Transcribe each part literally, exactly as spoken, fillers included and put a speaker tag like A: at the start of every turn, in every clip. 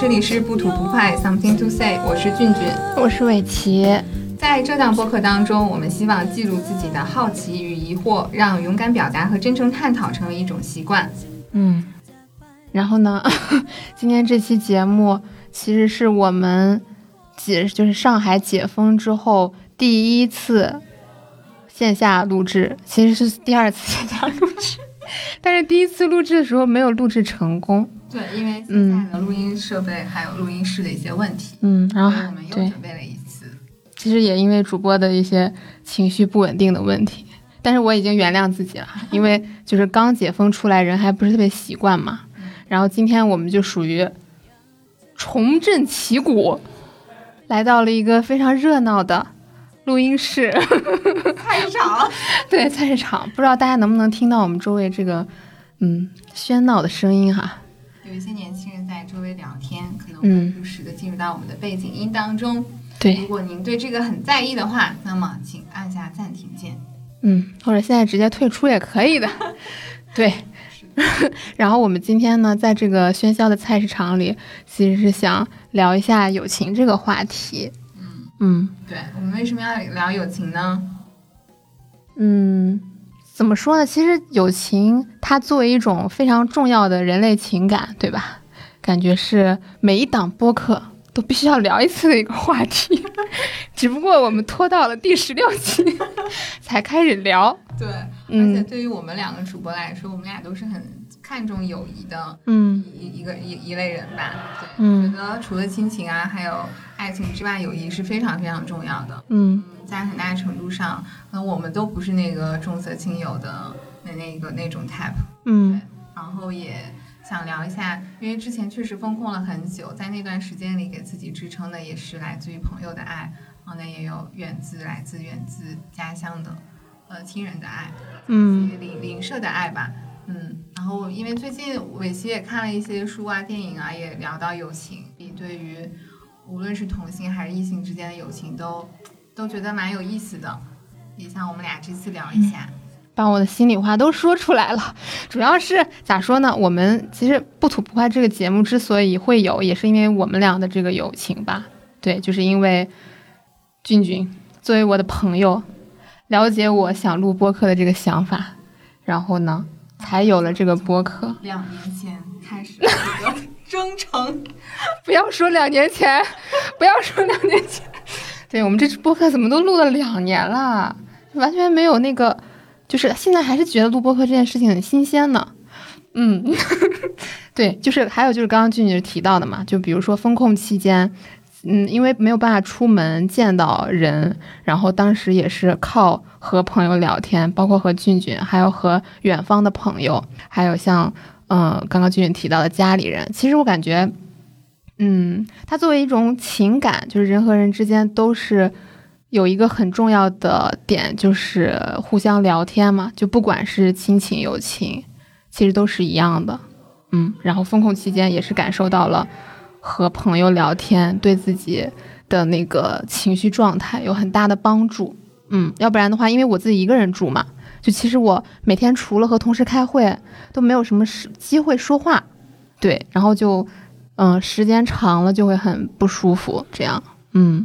A: 这里是不吐不快 Something to say， 我是俊俊，
B: 我是伟奇。
A: 在这档播客当中，我们希望记录自己的好奇与疑惑，让勇敢表达和真诚探讨成为一种习惯。
B: 嗯，然后呢，今天这期节目其实是我们解就是上海解封之后第一次线下录制，其实是第二次线下录制，但是第一次录制的时候没有录制成功。
A: 对，因为现在的录音设备还有录音室的一些问题，
B: 嗯，然后
A: 我们又准备了一次。
B: 其实也因为主播的一些情绪不稳定的问题，但是我已经原谅自己了，因为就是刚解封出来，人还不是特别习惯嘛。然后今天我们就属于重振旗鼓，来到了一个非常热闹的录音室，
A: 菜市场。
B: 对，菜市场，不知道大家能不能听到我们周围这个嗯喧闹的声音哈。
A: 有一些年轻人在周围聊天，可能会不时的进入到我们的背景音当中。嗯，
B: 对，
A: 如果您对这个很在意的话，那么请按下暂停键。
B: 嗯，或者现在直接退出也可以的。对。然后我们今天呢，在这个喧嚣的菜市场里，其实是想聊一下友情这个话题。
A: 嗯
B: 嗯，
A: 对，我们为什么要聊友情呢？
B: 嗯，怎么说呢？其实友情它作为一种非常重要的人类情感，对吧？感觉是每一档播客都必须要聊一次的一个话题，只不过我们拖到了第十六期才开始聊。
A: 对，而且对于我们两个主播来说，我们俩都是很看重友谊的，
B: 嗯，
A: 一一个一一类人吧。对，
B: 嗯，
A: 觉得除了亲情啊，还有爱情之外，友谊是非常非常重要的。
B: 嗯，
A: 在很大程度上，可能我们都不是那个重色轻友的那那个那种 type。
B: 嗯，
A: 对，然后也想聊一下，因为之前确实封控了很久，在那段时间里给自己支撑的也是来自于朋友的爱，然后呢也有远自来自远自家乡的呃亲人的爱，
B: 嗯，
A: 邻邻舍的爱吧，嗯，然后因为最近伟奇也看了一些书啊电影啊，也聊到友情，对于无论是同性还是异性之间的友情都都觉得蛮有意思的，也想我们俩这次聊一下。嗯，
B: 把我的心里话都说出来了，主要是咋说呢？我们其实不吐不快这个节目之所以会有，也是因为我们俩的这个友情吧。对，就是因为俊俊作为我的朋友，了解我想录播客的这个想法，然后呢，才有了这个播客。
A: 两年前开始这个征程，
B: 不要说两年前，不要说两年前。对，我们这播客怎么都录了两年了，完全没有那个。就是现在还是觉得录播客这件事情很新鲜呢，嗯，对，就是还有就是刚刚俊俊提到的嘛，就比如说封控期间，嗯，因为没有办法出门见到人，然后当时也是靠和朋友聊天，包括和俊俊，还有和远方的朋友，还有像嗯、呃、刚刚俊俊提到的家里人，其实我感觉，嗯，它作为一种情感，就是人和人之间都是。有一个很重要的点就是互相聊天嘛，就不管是亲情友情，其实都是一样的。嗯，然后封控期间也是感受到了和朋友聊天对自己的那个情绪状态有很大的帮助。嗯，要不然的话，因为我自己一个人住嘛，就其实我每天除了和同事开会都没有什么机会说话，对，然后就嗯、呃、时间长了就会很不舒服，这样。嗯。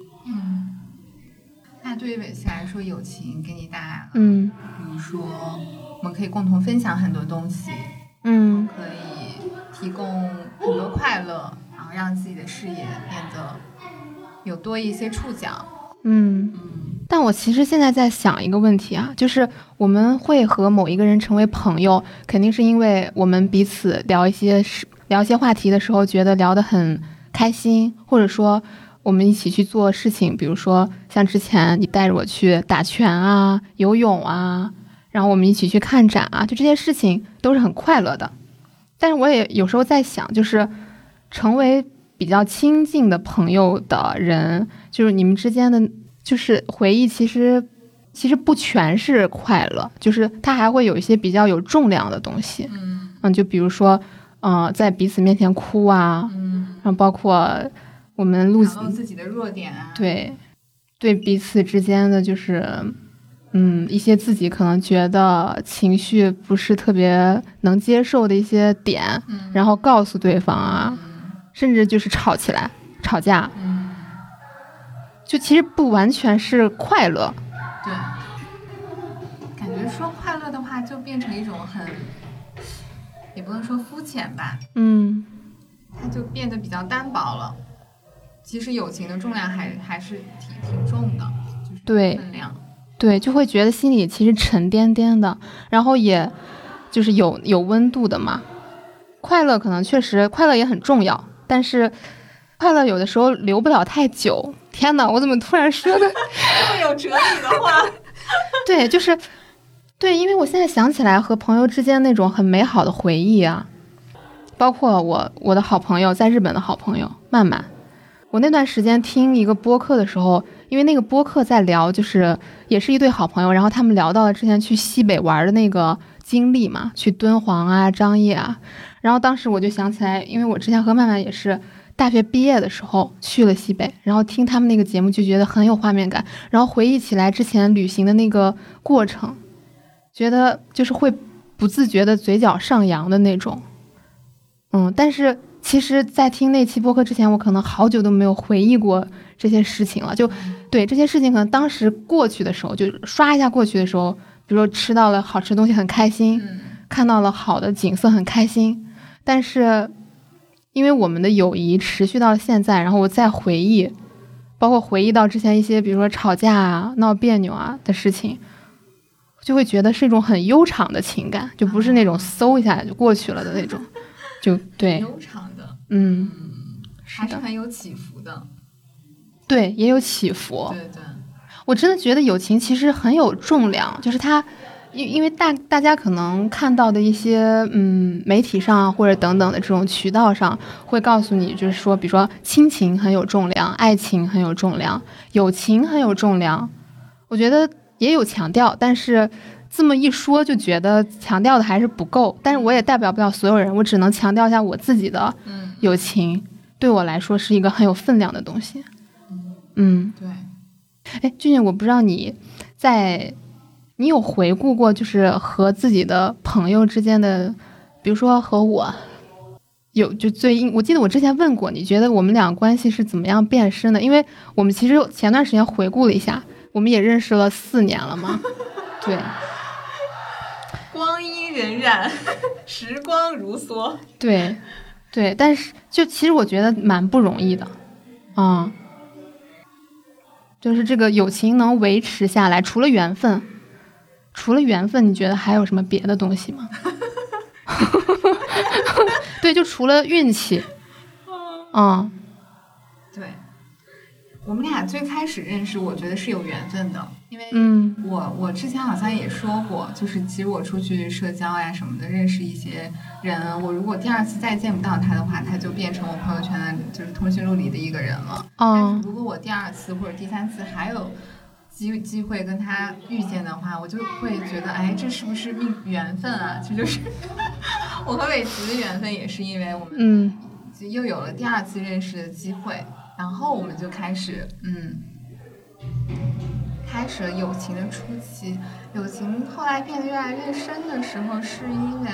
A: 那对于伟奇来说，友情给你带来了，
B: 嗯，
A: 比如说我们可以共同分享很多东西，
B: 嗯，
A: 可以提供很多快乐，然后让自己的视野变得有多一些触角。
B: 嗯嗯，但我其实现在在想一个问题啊，就是我们会和某一个人成为朋友，肯定是因为我们彼此聊一些聊一些话题的时候，觉得聊得很开心，或者说。我们一起去做事情，比如说像之前你带着我去打拳啊、游泳啊，然后我们一起去看展啊，就这些事情都是很快乐的。但是我也有时候在想，就是成为比较亲近的朋友的人，就是你们之间的就是回忆，其实其实不全是快乐，就是它还会有一些比较有重量的东西。
A: 嗯
B: 嗯，就比如说，嗯、呃，在彼此面前哭啊，
A: 嗯，
B: 然后包括。我们录
A: 自己的弱点啊，
B: 对，对彼此之间的就是，嗯，一些自己可能觉得情绪不是特别能接受的一些点，
A: 嗯、
B: 然后告诉对方啊， 甚至就是吵起来吵架，
A: 嗯，
B: 就其实不完全是快乐。
A: 对，感觉说快乐的话就变成一种很，也不能说肤浅吧，
B: 嗯，
A: 它就变得比较单薄了。其实友情的重量还还是挺挺重的，就是
B: 对
A: 分量。
B: 对，就会觉得心里其实沉甸甸的，然后也就是有有温度的嘛。快乐可能确实快乐也很重要，但是快乐有的时候留不了太久。天哪，我怎么突然说的
A: 这么有哲理的话？
B: 对，就是对，因为我现在想起来和朋友之间那种很美好的回忆啊，包括我我的好朋友在日本的好朋友曼曼，我那段时间听一个播客的时候，因为那个播客在聊，就是也是一对好朋友，然后他们聊到了之前去西北玩的那个经历嘛，去敦煌啊、张掖啊，然后当时我就想起来，因为我之前和曼曼也是大学毕业的时候去了西北，然后听他们那个节目就觉得很有画面感，然后回忆起来之前旅行的那个过程，觉得就是会不自觉的嘴角上扬的那种。嗯，但是其实在听那期播客之前，我可能好久都没有回忆过这些事情了，就对这些事情可能当时过去的时候，就刷一下过去的时候，比如说吃到了好吃的东西很开心，
A: 嗯，
B: 看到了好的景色很开心，但是因为我们的友谊持续到现在，然后我再回忆，包括回忆到之前一些比如说吵架啊、闹别扭啊的事情，就会觉得是一种很悠长的情感，就不是那种嗖一下就过去了的那种，就对，
A: 悠长的，
B: 嗯，
A: 还是很有起伏的。
B: 对，也有起伏。
A: 对对，
B: 我真的觉得友情其实很有重量，就是它，因因为大大家可能看到的一些嗯媒体上或者等等的这种渠道上会告诉你，就是说，比如说亲情很有重量，爱情很有重量，友情很有重量。我觉得也有强调，但是这么一说就觉得强调的还是不够。但是我也代表不了所有人，我只能强调一下我自己的
A: 嗯，
B: 友情，对我来说是一个很有分量的东西。嗯，
A: 对。
B: 哎，俊俊，我不知道你在，你有回顾过，就是和自己的朋友之间的，比如说和我，有就最印，我记得我之前问过，你觉得我们俩关系是怎么样变深的？因为我们其实前段时间回顾了一下，我们也认识了四年了嘛，对
A: 光阴荏苒，时光如梭。
B: 对对，但是就其实我觉得蛮不容易的，嗯。就是这个友情能维持下来，除了缘分，除了缘分，你觉得还有什么别的东西吗？对，就除了运气。嗯，
A: 对，我们俩最开始认识，我觉得是有缘分的，因为
B: 嗯
A: 我我之前好像也说过，就是其实我出去社交呀什么的，认识一些人，我如果第二次再见不到他的话，他就变成我朋友圈的就是通讯录里的一个人了。但是
B: 嗯
A: 如果我第二次或者第三次还有机机会跟他遇见的话，我就会觉得，哎，这是不是命缘分啊？这就是我和伟奇的缘分，也是因为我们
B: 嗯
A: 又有了第二次认识的机会，然后我们就开始，嗯，开始了友情的初期。友情后来变得越来越深的时候，是因为，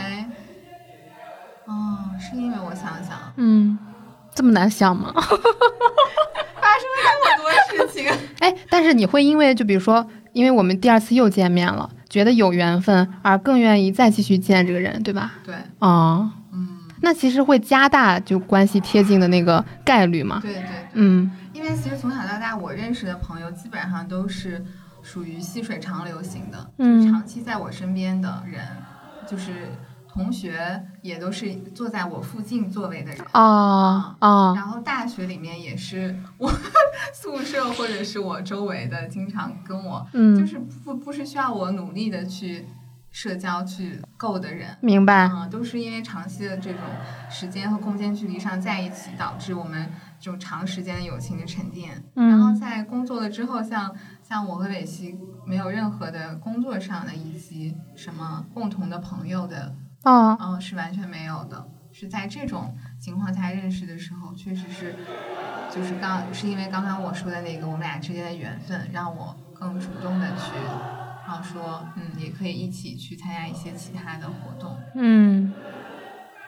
A: 哦，是因为我想想，
B: 嗯，这么难想吗？
A: 发生了这么多事情。
B: 哎，但是你会因为就比如说，因为我们第二次又见面了，觉得有缘分，而更愿意再继续见这个人，对吧？
A: 对，
B: 哦，
A: 嗯，
B: 那其实会加大就关系贴近的那个概率嘛。
A: 对对对，
B: 嗯
A: 因为其实从小到大，我认识的朋友基本上都是属于细水长流型的，
B: 嗯
A: 就是长期在我身边的人，就是同学也都是坐在我附近座位的人。
B: 啊啊
A: 然后大学里面也是我宿舍或者是我周围的，经常跟我，
B: 嗯
A: 就是不不是需要我努力的去社交去够的人，
B: 明白。
A: 嗯，都是因为长期的这种时间和空间距离上在一起，导致我们这种长时间的友情的沉淀。
B: 嗯
A: 然后在工作了之后，像像我和伟希没有任何的工作上的以及什么共同的朋友的，
B: 哦
A: 嗯，是完全没有的。是在这种情况下认识的时候，确实是，就是刚是因为刚刚我说的那个我们俩之间的缘分，让我更主动的去，然后说，嗯，也可以一起去参加一些其他的活动。
B: 嗯，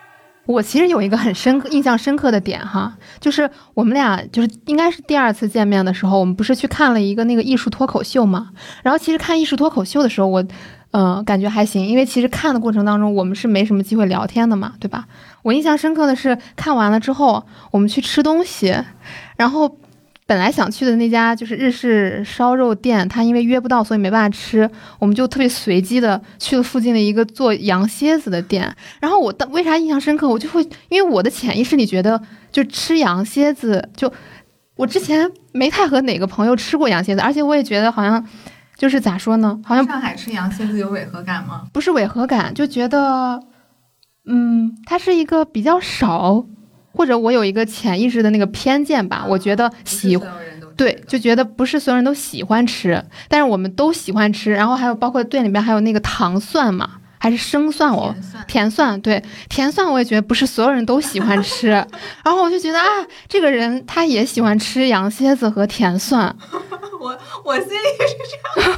B: 我其实有一个很深刻、印象深刻的点哈，就是我们俩就是应该是第二次见面的时候，我们不是去看了一个那个艺术脱口秀嘛？然后其实看艺术脱口秀的时候，我嗯、呃、感觉还行，因为其实看的过程当中我们是没什么机会聊天的嘛，对吧？我印象深刻的是看完了之后，我们去吃东西，然后本来想去的那家就是日式烧肉店，他因为约不到，所以没办法吃，我们就特别随机的去了附近的一个做羊蝎子的店。然后我当为啥印象深刻，我就会因为我的潜意识里觉得，就吃羊蝎子，就我之前没太和哪个朋友吃过羊蝎子，而且我也觉得好像就是咋说呢，好像
A: 上海吃羊蝎子有违和感吗？
B: 不是违和感，就觉得嗯，它是一个比较少。或者我有一个潜意识的那个偏见吧，我觉得喜对，就觉得不是所有人都喜欢吃，但是我们都喜欢吃。然后还有包括店里边还有那个糖蒜嘛，还是生蒜哦，甜蒜，对，甜蒜我也觉得不是所有人都喜欢吃。然后我就觉得啊，这个人他也喜欢吃羊蝎子和甜蒜。
A: 我我心里是这样，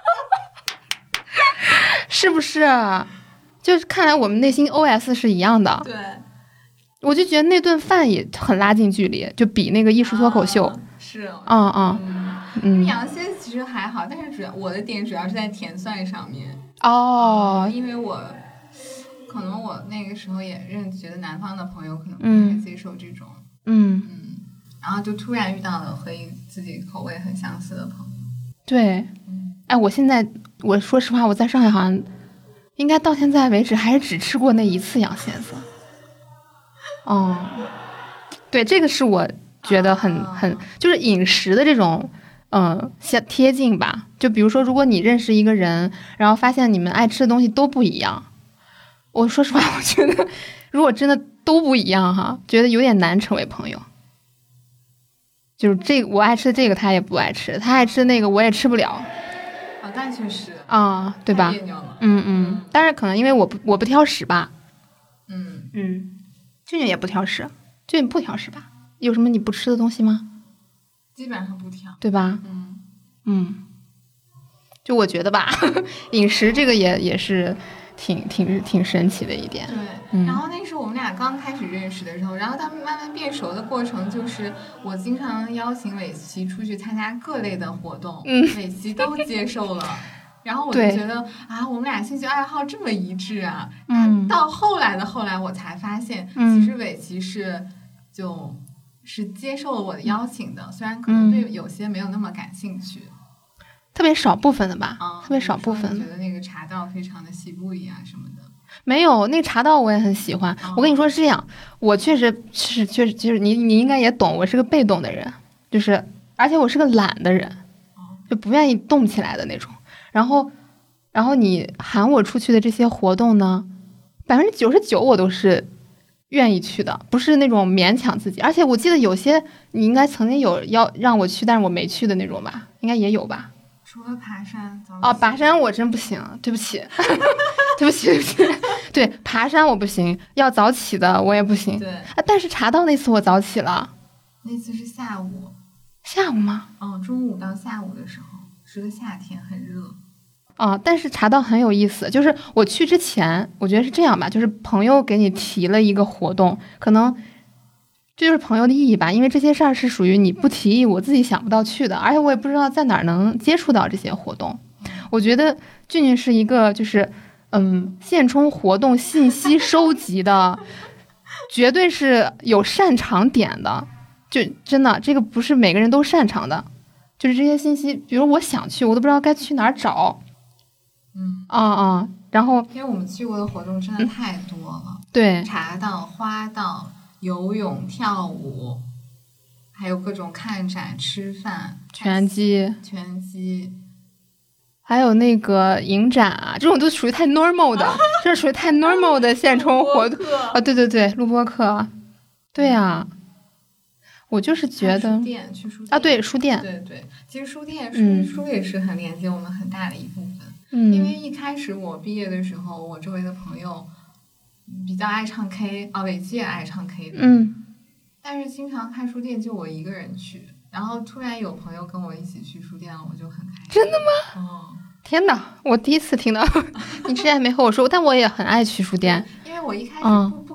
B: 是不是？就是看来我们内心 O S 是一样的。
A: 对。
B: 我就觉得那顿饭也很拉近距离，就比那个艺术脱口秀。
A: 啊、是，
B: 嗯嗯
A: 嗯，羊蝎子其实还好，但是主要我的点主要是在甜蒜上面。
B: 哦、
A: 嗯，因为我可能我那个时候也认觉得南方的朋友可能不太接受这种，
B: 嗯
A: 嗯，然后就突然遇到了和自己口味很相似的朋友。
B: 对，哎，我现在我说实话，我在上海好像应该到现在为止还是只吃过那一次羊蝎子。哦，对，这个是我觉得很很就是饮食的这种嗯相贴近吧。就比如说，如果你认识一个人，然后发现你们爱吃的东西都不一样，我说实话，我觉得如果真的都不一样哈，觉得有点难成为朋友。就是这个我爱吃的这个他也不爱吃，他爱吃的那个我也吃不了。
A: 啊，但确实
B: 啊、对吧？嗯嗯，但是可能因为我不我不挑食吧。
A: 嗯
B: 嗯。俊俊也不挑食，俊俊不挑食吧？有什么你不吃的东西吗？
A: 基本上不挑，
B: 对吧？
A: 嗯
B: 嗯，就我觉得吧，饮食这个也也是挺挺挺神奇的一点。
A: 对、
B: 嗯，
A: 然后那时候我们俩刚开始认识的时候，然后他们慢慢变熟的过程，就是我经常邀请伟奇出去参加各类的活动，
B: 嗯，
A: 伟奇都接受了。然后我就觉得啊，我们俩兴趣爱好这么一致啊。
B: 嗯，
A: 到后来的后来，我才发现，
B: 嗯、
A: 其实伟奇是就是接受了我的邀请的，嗯、虽然可能对有些没有那么感兴趣，
B: 嗯、特别少部分的吧，
A: 嗯、
B: 特别少部分。
A: 觉得那个茶道非常的西部一啊什么的。
B: 没有，那个茶道我也很喜欢。哦、我跟你说是这样，我确实是确实就是你你应该也懂，我是个被动的人，就是而且我是个懒的人，就不愿意动起来的那种。然后，然后你喊我出去的这些活动呢，百分之九十九我都是愿意去的，不是那种勉强自己。而且我记得有些你应该曾经有要让我去，但是我没去的那种吧，应该也有吧。
A: 除了爬山，
B: 哦，爬山我真不行，对不起，对不起，对不起。对，爬山我不行，要早起的我也不行。
A: 对，
B: 啊，但是茶道那次我早起了。
A: 那次是下午。
B: 下午吗？
A: 哦，中午到下午的时候，是个夏天，很热。
B: 啊，但是茶道很有意思，就是我去之前，我觉得是这样吧，就是朋友给你提了一个活动，可能这就是朋友的意义吧，因为这些事儿是属于你不提议，我自己想不到去的，而且我也不知道在哪儿能接触到这些活动。我觉得俊俊是一个就是嗯现充活动信息收集的，绝对是有擅长点的，就真的这个不是每个人都擅长的，就是这些信息，比如我想去，我都不知道该去哪儿找。
A: 嗯
B: 啊啊，然后
A: 因为我们去过的活动真的太多了，
B: 嗯、对，
A: 茶道、花道、游泳、跳舞，还有各种看展、吃饭、
B: 拳击、
A: 拳击，
B: 还有那个影展啊，这种都属于太 normal 的，这是属于太 normal 的现充活动啊！对对对，录播课，对呀、啊，我就是觉得
A: 书店去书店
B: 啊，对书店，
A: 对对，其实书店书、
B: 嗯、
A: 书也是很连接我们很大的一部分。
B: 嗯，
A: 因为一开始我毕业的时候，我周围的朋友比较爱唱 K 啊，伟基也爱唱 K 的，
B: 嗯，
A: 但是经常看书店就我一个人去，然后突然有朋友跟我一起去书店了，我就很开心。
B: 真的吗？
A: 哦，
B: 天哪，我第一次听到，你之前没和我说，但我也很爱去书店，
A: 因为我一开始不、嗯、不敢。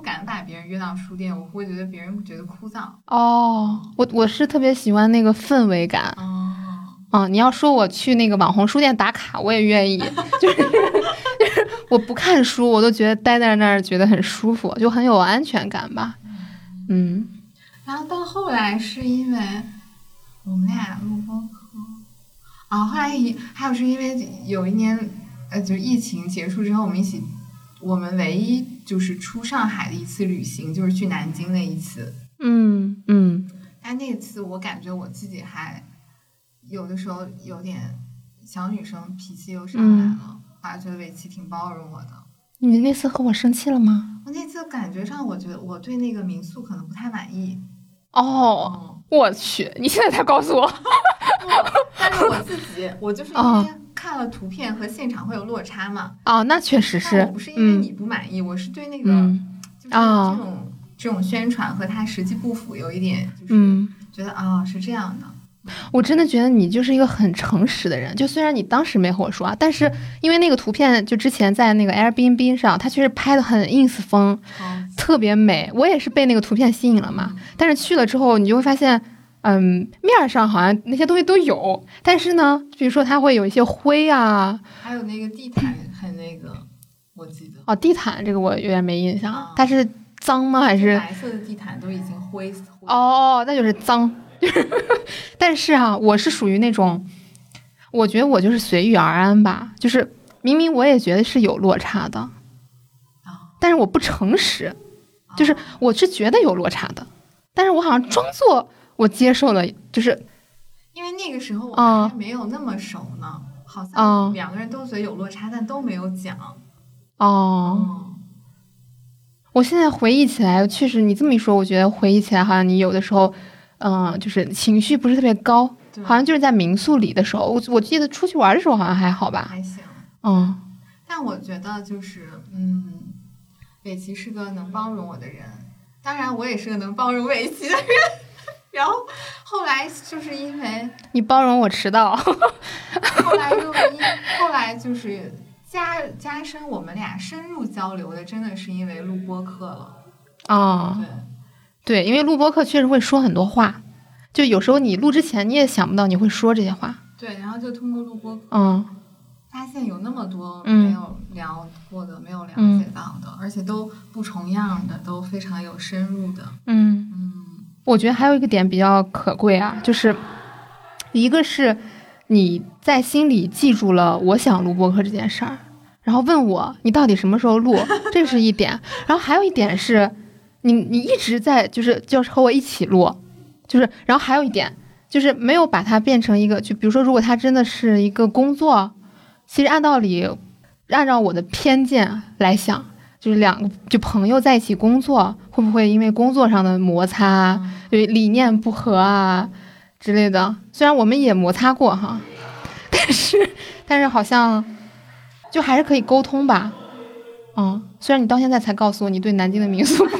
A: 敢把别人约到书店，我会觉得别人觉得枯燥。
B: 哦，我我是特别喜欢那个氛围感。
A: 哦，
B: 嗯，你要说我去那个网红书店打卡，我也愿意。就是就是我不看书，我都觉得待在那儿觉得很舒服，就很有安全感吧。嗯。
A: 然后到后来是因为我们俩录播课，啊，后来一还有是因为有一年，呃，就疫情结束之后，我们一起，我们唯一就是出上海的一次旅行，就是去南京那一次。
B: 嗯嗯。
A: 但那次我感觉我自己还有的时候有点小女生脾气又上来了，我还觉得伟奇挺包容我的。
B: 你那次和我生气了吗？
A: 我那次感觉上，我觉得我对那个民宿可能不太满意。
B: 哦，嗯、我去，你现在才告诉我。
A: 但是我自己，我就是因为看了图片和现场会有落差嘛。
B: 哦，那确实是。
A: 我不是因为你不满意，嗯、我是对那个、嗯、就是这种、哦、这种宣传和它实际不符，有一点就是觉得啊、嗯哦、是这样的。
B: 我真的觉得你就是一个很诚实的人，就虽然你当时没和我说啊，但是因为那个图片就之前在那个 Airbnb 上，它确实拍的很 ins 风，哦、特别美。我也是被那个图片吸引了嘛，嗯、但是去了之后，你就会发现，嗯，面上好像那些东西都有，但是呢，比如说它会有一些灰啊，
A: 还有那个地毯很那个，我记得
B: 哦，地毯这个我有点没印象，嗯、它是脏吗？还是
A: 白色的地毯都已经灰灰
B: 哦，那就是脏。但是啊，我是属于那种，我觉得我就是随遇而安吧，就是明明我也觉得是有落差的，哦、但是我不诚实，哦、就是我是觉得有落差的，但是我好像装作我接受了，就是
A: 因为那个时候我们还没有那么熟呢，哦、好像两个人都觉得有落差，但都没有讲。
B: 哦，嗯、我现在回忆起来，确实你这么一说，我觉得回忆起来好像你有的时候。嗯，就是情绪不是特别高，好像就是在民宿里的时候，我我记得出去玩的时候好像还好吧，
A: 还行。
B: 嗯，
A: 但我觉得就是，嗯，伟奇是个能包容我的人，当然我也是个能包容伟奇的人。然后后来就是因为
B: 你包容我迟到，
A: 后来又因后来就是加加深我们俩深入交流的，真的是因为录播课了。
B: 哦，
A: 对。
B: 对，因为录播课确实会说很多话，就有时候你录之前你也想不到你会说这些话。
A: 对，然后就通过录播课，
B: 嗯，
A: 发现有那么多没有聊过的、嗯、没有了解到的、嗯，而且都不重样的，都非常有深入的。
B: 嗯嗯，我觉得还有一个点比较可贵啊，就是一个是你在心里记住了我想录播课这件事儿，然后问我你到底什么时候录，这是一点。然后还有一点是。你你一直在就是就是和我一起录，就是然后还有一点就是没有把它变成一个，就比如说如果它真的是一个工作，其实按道理按照我的偏见来想，就是两个就朋友在一起工作，会不会因为工作上的摩擦，对、嗯、理念不合啊之类的，虽然我们也摩擦过哈，但是但是好像就还是可以沟通吧。嗯，虽然你到现在才告诉我你对南京的民宿，哦，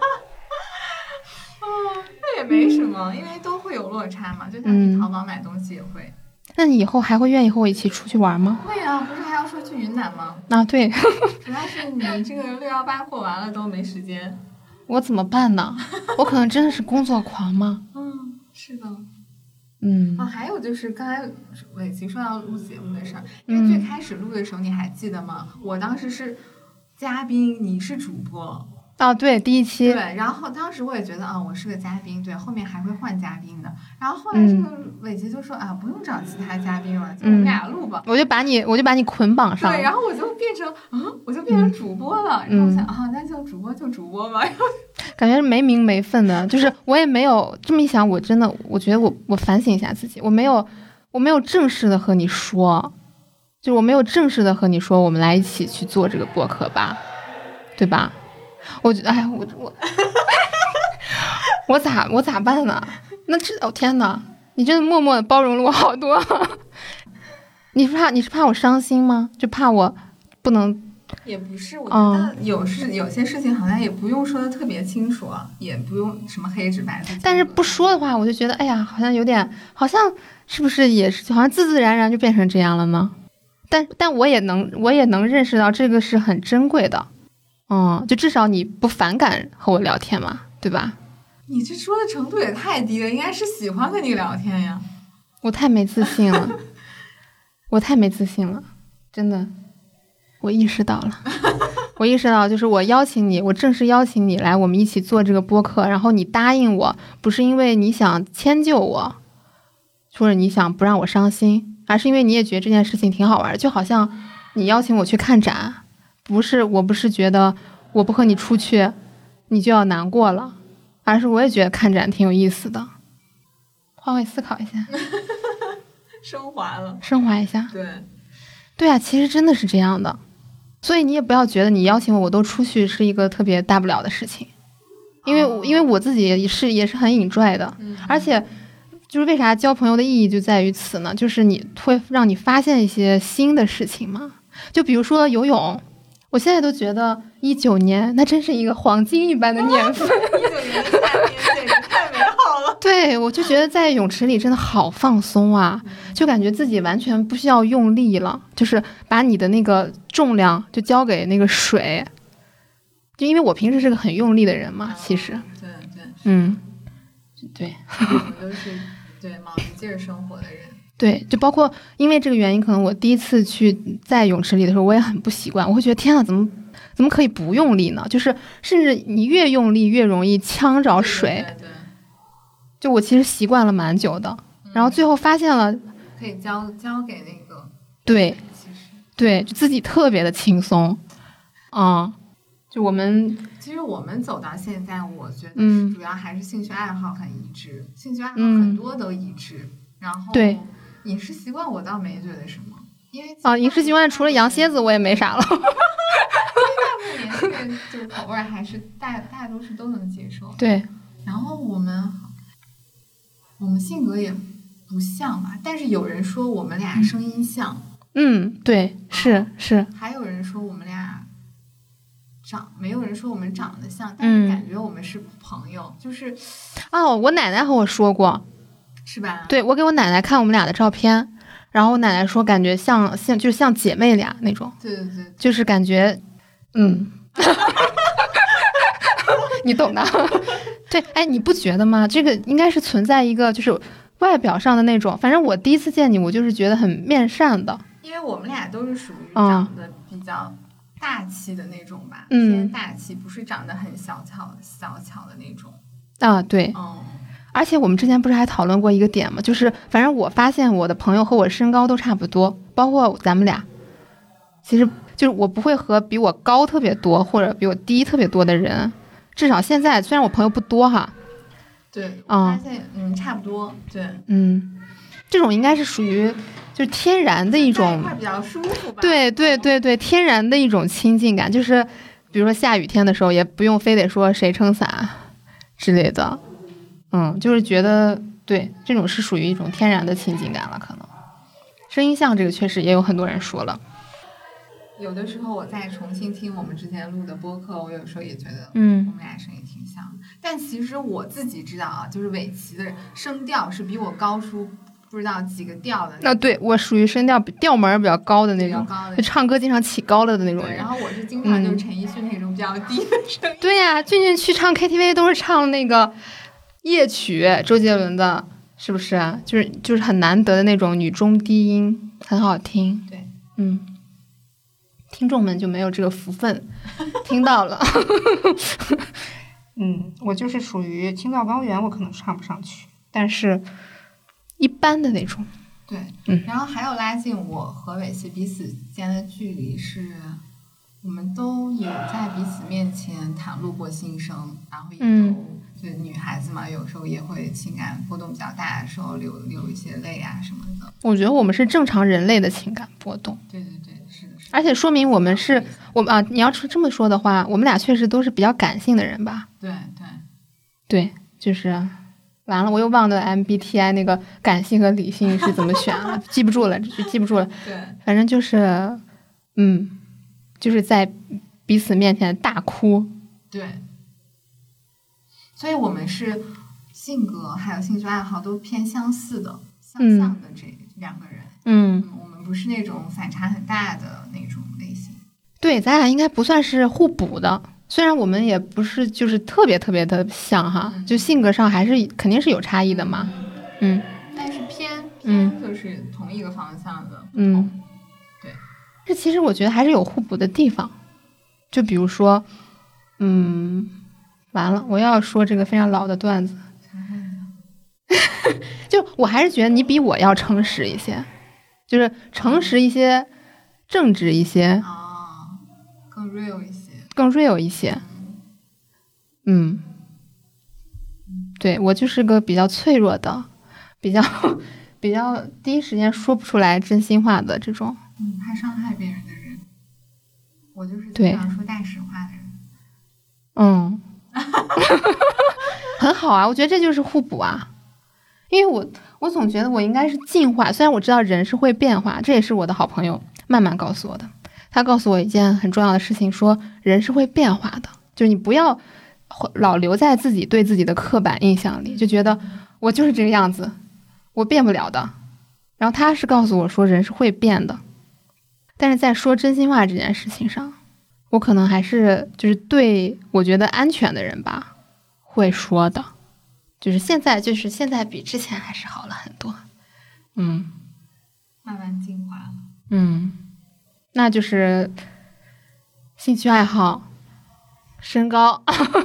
A: 那也没什么，嗯、因为都会有落差嘛，就像你淘宝买东西也会。嗯、
B: 那你以后还会愿意和我一起出去玩吗？
A: 会啊，不是还要说去云南吗？
B: 啊，对。
A: 主要是你这个六幺八过完了都没时间。
B: 我怎么办呢？我可能真的是工作狂吗？
A: 嗯，是的。
B: 嗯
A: 啊，还有就是刚才伟奇说到录节目的事儿，因为最开始录的时候你还记得吗？嗯、我当时是。嘉宾，你是主播
B: 哦，对，第一期
A: 对，然后当时我也觉得啊、哦，我是个嘉宾，对，后面还会换嘉宾的。然后后来这个伟杰就说、嗯、啊，不用找其他嘉宾了，就我们俩录吧。
B: 我就把你，我就把你捆绑上。
A: 对，然后我就变成啊，我就变成主播了。嗯、然后我想啊，那就主播就主播吧。
B: 感觉没名没分的，就是我也没有这么一想，我真的，我觉得我我反省一下自己，我没有我没有正式的和你说。就我没有正式的和你说，我们来一起去做这个播客吧，对吧？我觉得，哎，我我我咋我咋办呢？那这哦天哪，你真的默默的包容了我好多。你是怕你是怕我伤心吗？就怕我不能？
A: 也不是，我觉得有事、嗯、有些事情好像也不用说的特别清楚，也不用什么黑纸白字。
B: 但是不说的话，我就觉得，哎呀，好像有点，好像是不是也是，好像自自然然就变成这样了呢？但但我也能我也能认识到这个是很珍贵的， 嗯，就至少你不反感和我聊天嘛，对吧？
A: 你这说的程度也太低了，应该是喜欢跟你聊天呀。
B: 我太没自信了，我太没自信了，真的，我意识到了，我意识到就是我邀请你，我正式邀请你来，我们一起做这个播客，然后你答应我，不是因为你想迁就我，或者你想不让我伤心，而是因为你也觉得这件事情挺好玩，就好像你邀请我去看展，不是我不是觉得我不和你出去，你就要难过了。而是我也觉得看展挺有意思的，换位思考一下，
A: 升华了，
B: 升华一下。
A: 对，
B: 对啊，其实真的是这样的，所以你也不要觉得你邀请我，我都出去是一个特别大不了的事情，因为、哦、因为我自己也是也是很enjoy的、嗯，而且就是为啥交朋友的意义就在于此呢？就是你会让你发现一些新的事情嘛，就比如说游泳。我现在都觉得一九年那真是一个黄金一般的年份，
A: 一九年的夏天简直太美好了。
B: 对，我就觉得在泳池里真的好放松啊，就感觉自己完全不需要用力了，就是把你的那个重量就交给那个水。就因为我平时是个很用力的人嘛，其实，
A: 对对，
B: 嗯，对，
A: 我们都是对卯着劲儿生活的人。
B: 对，就包括因为这个原因，可能我第一次去在泳池里的时候，我也很不习惯，我会觉得天啊，怎么怎么可以不用力呢？就是甚至你越用力越容易呛着水。
A: 对对对，
B: 就我其实习惯了蛮久的，嗯、然后最后发现了
A: 可以交交给那个
B: 对，
A: 其实
B: 对，就自己特别的轻松，嗯，就我们
A: 其实我们走到现在，我觉得
B: 嗯
A: 主要还是兴趣爱好很一致，嗯、兴趣爱好很多都一致，嗯、然后
B: 对。
A: 饮食习惯我倒没觉得什么，因为
B: 啊，饮食习惯除了羊蝎子我也没啥了。
A: 因为大部分年轻人就是口味还是大大多数都能接受。
B: 对，
A: 然后我们我们性格也不像吧，但是有人说我们俩声音像。
B: 嗯，对，是是。
A: 还有人说我们俩长，没有人说我们长得像，但是感觉我们是朋友，嗯、就是
B: 哦，我奶奶和我说过。
A: 是吧？
B: 对，我给我奶奶看我们俩的照片，然后我奶奶说感觉像像就是像姐妹俩那种，
A: 对对对，
B: 就是感觉，嗯，你懂的。对，哎，你不觉得吗？这个应该是存在一个就是外表上的那种，反正我第一次见你，我就是觉得很面善的，
A: 因为我们俩都是属于长得比较大气的那种吧，
B: 嗯、
A: 偏大气，不是长得很小巧小巧的那种。
B: 啊，对，
A: 嗯。
B: 而且我们之前不是还讨论过一个点吗？就是反正我发现我的朋友和我身高都差不多，包括咱们俩，其实就是我不会和比我高特别多或者比我低特别多的人，至少现在虽然我朋友不多哈，
A: 对，我发现嗯差不多，对，
B: 嗯，这种应该是属于就是天然的一种
A: 比较舒服吧，
B: 对对对对，天然的一种亲近感，就是比如说下雨天的时候也不用非得说谁撑伞之类的。嗯，就是觉得对这种是属于一种天然的亲近感了，可能声音像这个确实也有很多人说了。
A: 有的时候我再重新听我们之前录的播客，我有时候也觉得，
B: 嗯，
A: 我们俩声音挺像的。但其实我自己知道啊，就是伟奇的声调是比我高出不知道几个调的。
B: 那、啊、对我属于声调调门比较高的那种，
A: 高的
B: 就唱歌经常起高了的那种人。
A: 然后我是经常就是陈奕迅那种比较低的声音。
B: 对呀、啊，俊俊去唱 K T V 都是唱那个夜曲，周杰伦的，是不是？就是就是很难得的那种女中低音，很好听。
A: 对，
B: 嗯，听众们就没有这个福分听到了。嗯，我就是属于青藏高原，我可能唱不上去，但是一般的那种。
A: 对，
B: 嗯，
A: 然后还有拉近我和伟奇彼此间的距离是。我们都有在彼此面前袒露过心声，然后也都、嗯、就女孩子嘛，有时候也会情感波动比较大的时候流流一些泪啊什么的。
B: 我觉得我们是正常人类的情感波动。
A: 对对对，是的，是的。
B: 而且说明我们是我们啊，你要是这么说的话，我们俩确实都是比较感性的人吧？
A: 对对
B: 对，就是完了，我又忘了 M B T I 那个感性和理性是怎么选了，记不住了，就记不住了。
A: 对，
B: 反正就是嗯。就是在彼此面前大哭。
A: 对，所以我们是性格还有兴趣爱好都偏相似的，相像的这两个人。
B: 嗯，
A: 嗯，我们不是那种反差很大的那种类型。
B: 对，咱俩应该不算是互补的，虽然我们也不是就是特别特别的像哈，
A: 嗯、
B: 就性格上还是肯定是有差异的嘛。嗯，
A: 但是偏偏就是同一个方向的。
B: 嗯，
A: 对。
B: 这其实我觉得还是有互补的地方，就比如说，嗯，完了，我又要说这个非常老的段子。就我还是觉得你比我要诚实一些，就是诚实一些，正直一些，
A: 哦，更 real 一些，
B: 更 real 一些。嗯，对，我就是个比较脆弱的，比较比较第一时间说不出来真心话的这种。
A: 嗯，怕伤害别人的人，我就是经常说大实话的人。
B: 嗯，很好啊，我觉得这就是互补啊。因为我我总觉得我应该是进化，虽然我知道人是会变化，这也是我的好朋友慢慢告诉我的。他告诉我一件很重要的事情，说人是会变化的，就是你不要老留在自己对自己的刻板印象里，就觉得我就是这个样子，我变不了的。然后他是告诉我说人是会变的，但是在说真心话这件事情上，我可能还是就是对我觉得安全的人吧会说的。就是现在，就是现在比之前还是好了很多，嗯，
A: 慢慢进化了，
B: 嗯，那就是兴趣爱好、身高，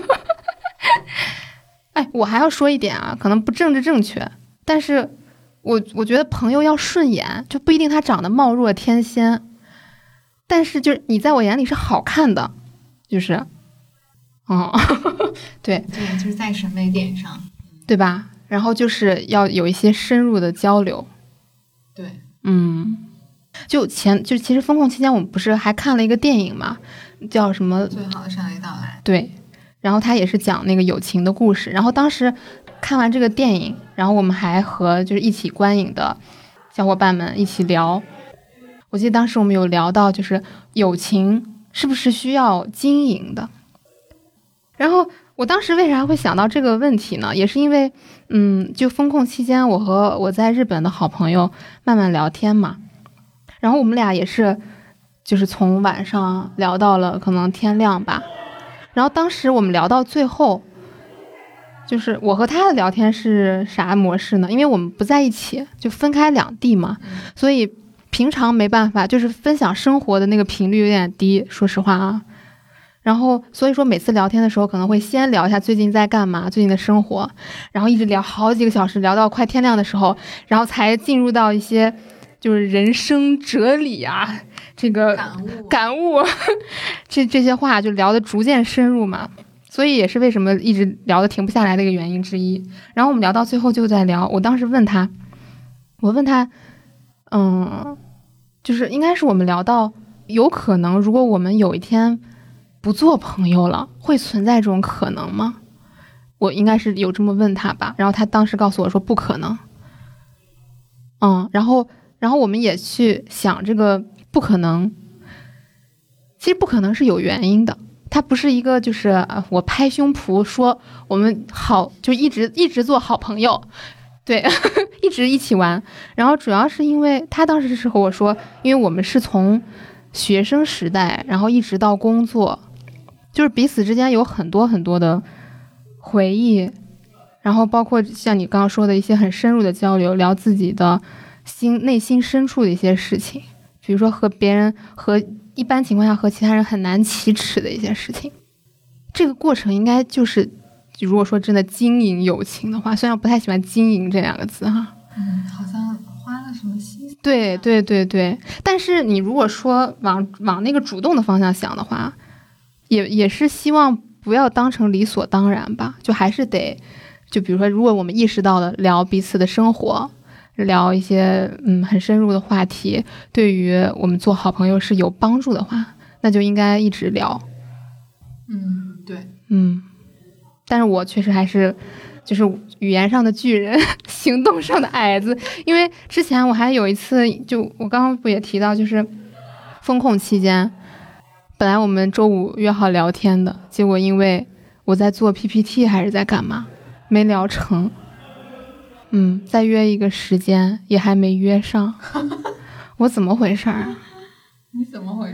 B: 哎，我还要说一点啊，可能不政治正确，但是我我觉得朋友要顺眼，就不一定他长得貌若天仙，但是就是你在我眼里是好看的，就是，嗯，对
A: 对，就是在审美点上。
B: 对吧？然后就是要有一些深入的交流。
A: 对，
B: 嗯，就前就其实封控期间，我们不是还看了一个电影嘛，叫什么？
A: 最好的上一道来。
B: 对，然后他也是讲那个友情的故事。然后当时看完这个电影，然后我们还和就是一起观影的小伙伴们一起聊。我记得当时我们有聊到，就是友情是不是需要经营的？然后。我当时为啥会想到这个问题呢？也是因为，嗯，就封控期间，我和我在日本的好朋友慢慢聊天嘛，然后我们俩也是，就是从晚上聊到了可能天亮吧，然后当时我们聊到最后，就是我和他的聊天是啥模式呢？因为我们不在一起，就分开两地嘛，所以平常没办法，就是分享生活的那个频率有点低，说实话啊。然后，所以说每次聊天的时候，可能会先聊一下最近在干嘛，最近的生活，然后一直聊好几个小时，聊到快天亮的时候，然后才进入到一些就是人生哲理啊，这个
A: 感悟，
B: 感悟这这些话就聊得逐渐深入嘛，所以也是为什么一直聊得停不下来的一个原因之一。然后我们聊到最后就在聊，我当时问他，我问他，嗯，就是应该是我们聊到有可能，如果我们有一天不做朋友了，会存在这种可能吗？我应该是有这么问他吧，然后他当时告诉我说不可能。嗯，然后然后我们也去想这个不可能，其实不可能是有原因的，它不是一个就是呃我拍胸脯说我们好就一直一直做好朋友，对，一直一起玩。然后主要是因为他当时是和我说，因为我们是从学生时代然后一直到工作，就是彼此之间有很多很多的回忆，然后包括像你刚刚说的一些很深入的交流，聊自己的心内心深处的一些事情，比如说和别人和一般情况下和其他人很难启齿的一些事情。这个过程应该就是如果说真的经营友情的话，虽然我不太喜欢经营这两个字哈，
A: 嗯，好像花了什么心思。
B: 对对对对，但是你如果说往往那个主动的方向想的话，也也是希望不要当成理所当然吧，就还是得，就比如说，如果我们意识到了聊彼此的生活，聊一些嗯很深入的话题，对于我们做好朋友是有帮助的话，那就应该一直聊。
A: 嗯，对，
B: 嗯，但是我确实还是就是语言上的巨人，行动上的矮子，因为之前我还有一次，就我刚刚不也提到，就是封控期间。本来我们周五约好聊天的，结果因为我在做 P P T 还是在干嘛，没聊成。嗯，再约一个时间也还没约上，我怎么回事儿？
A: 你怎么回事？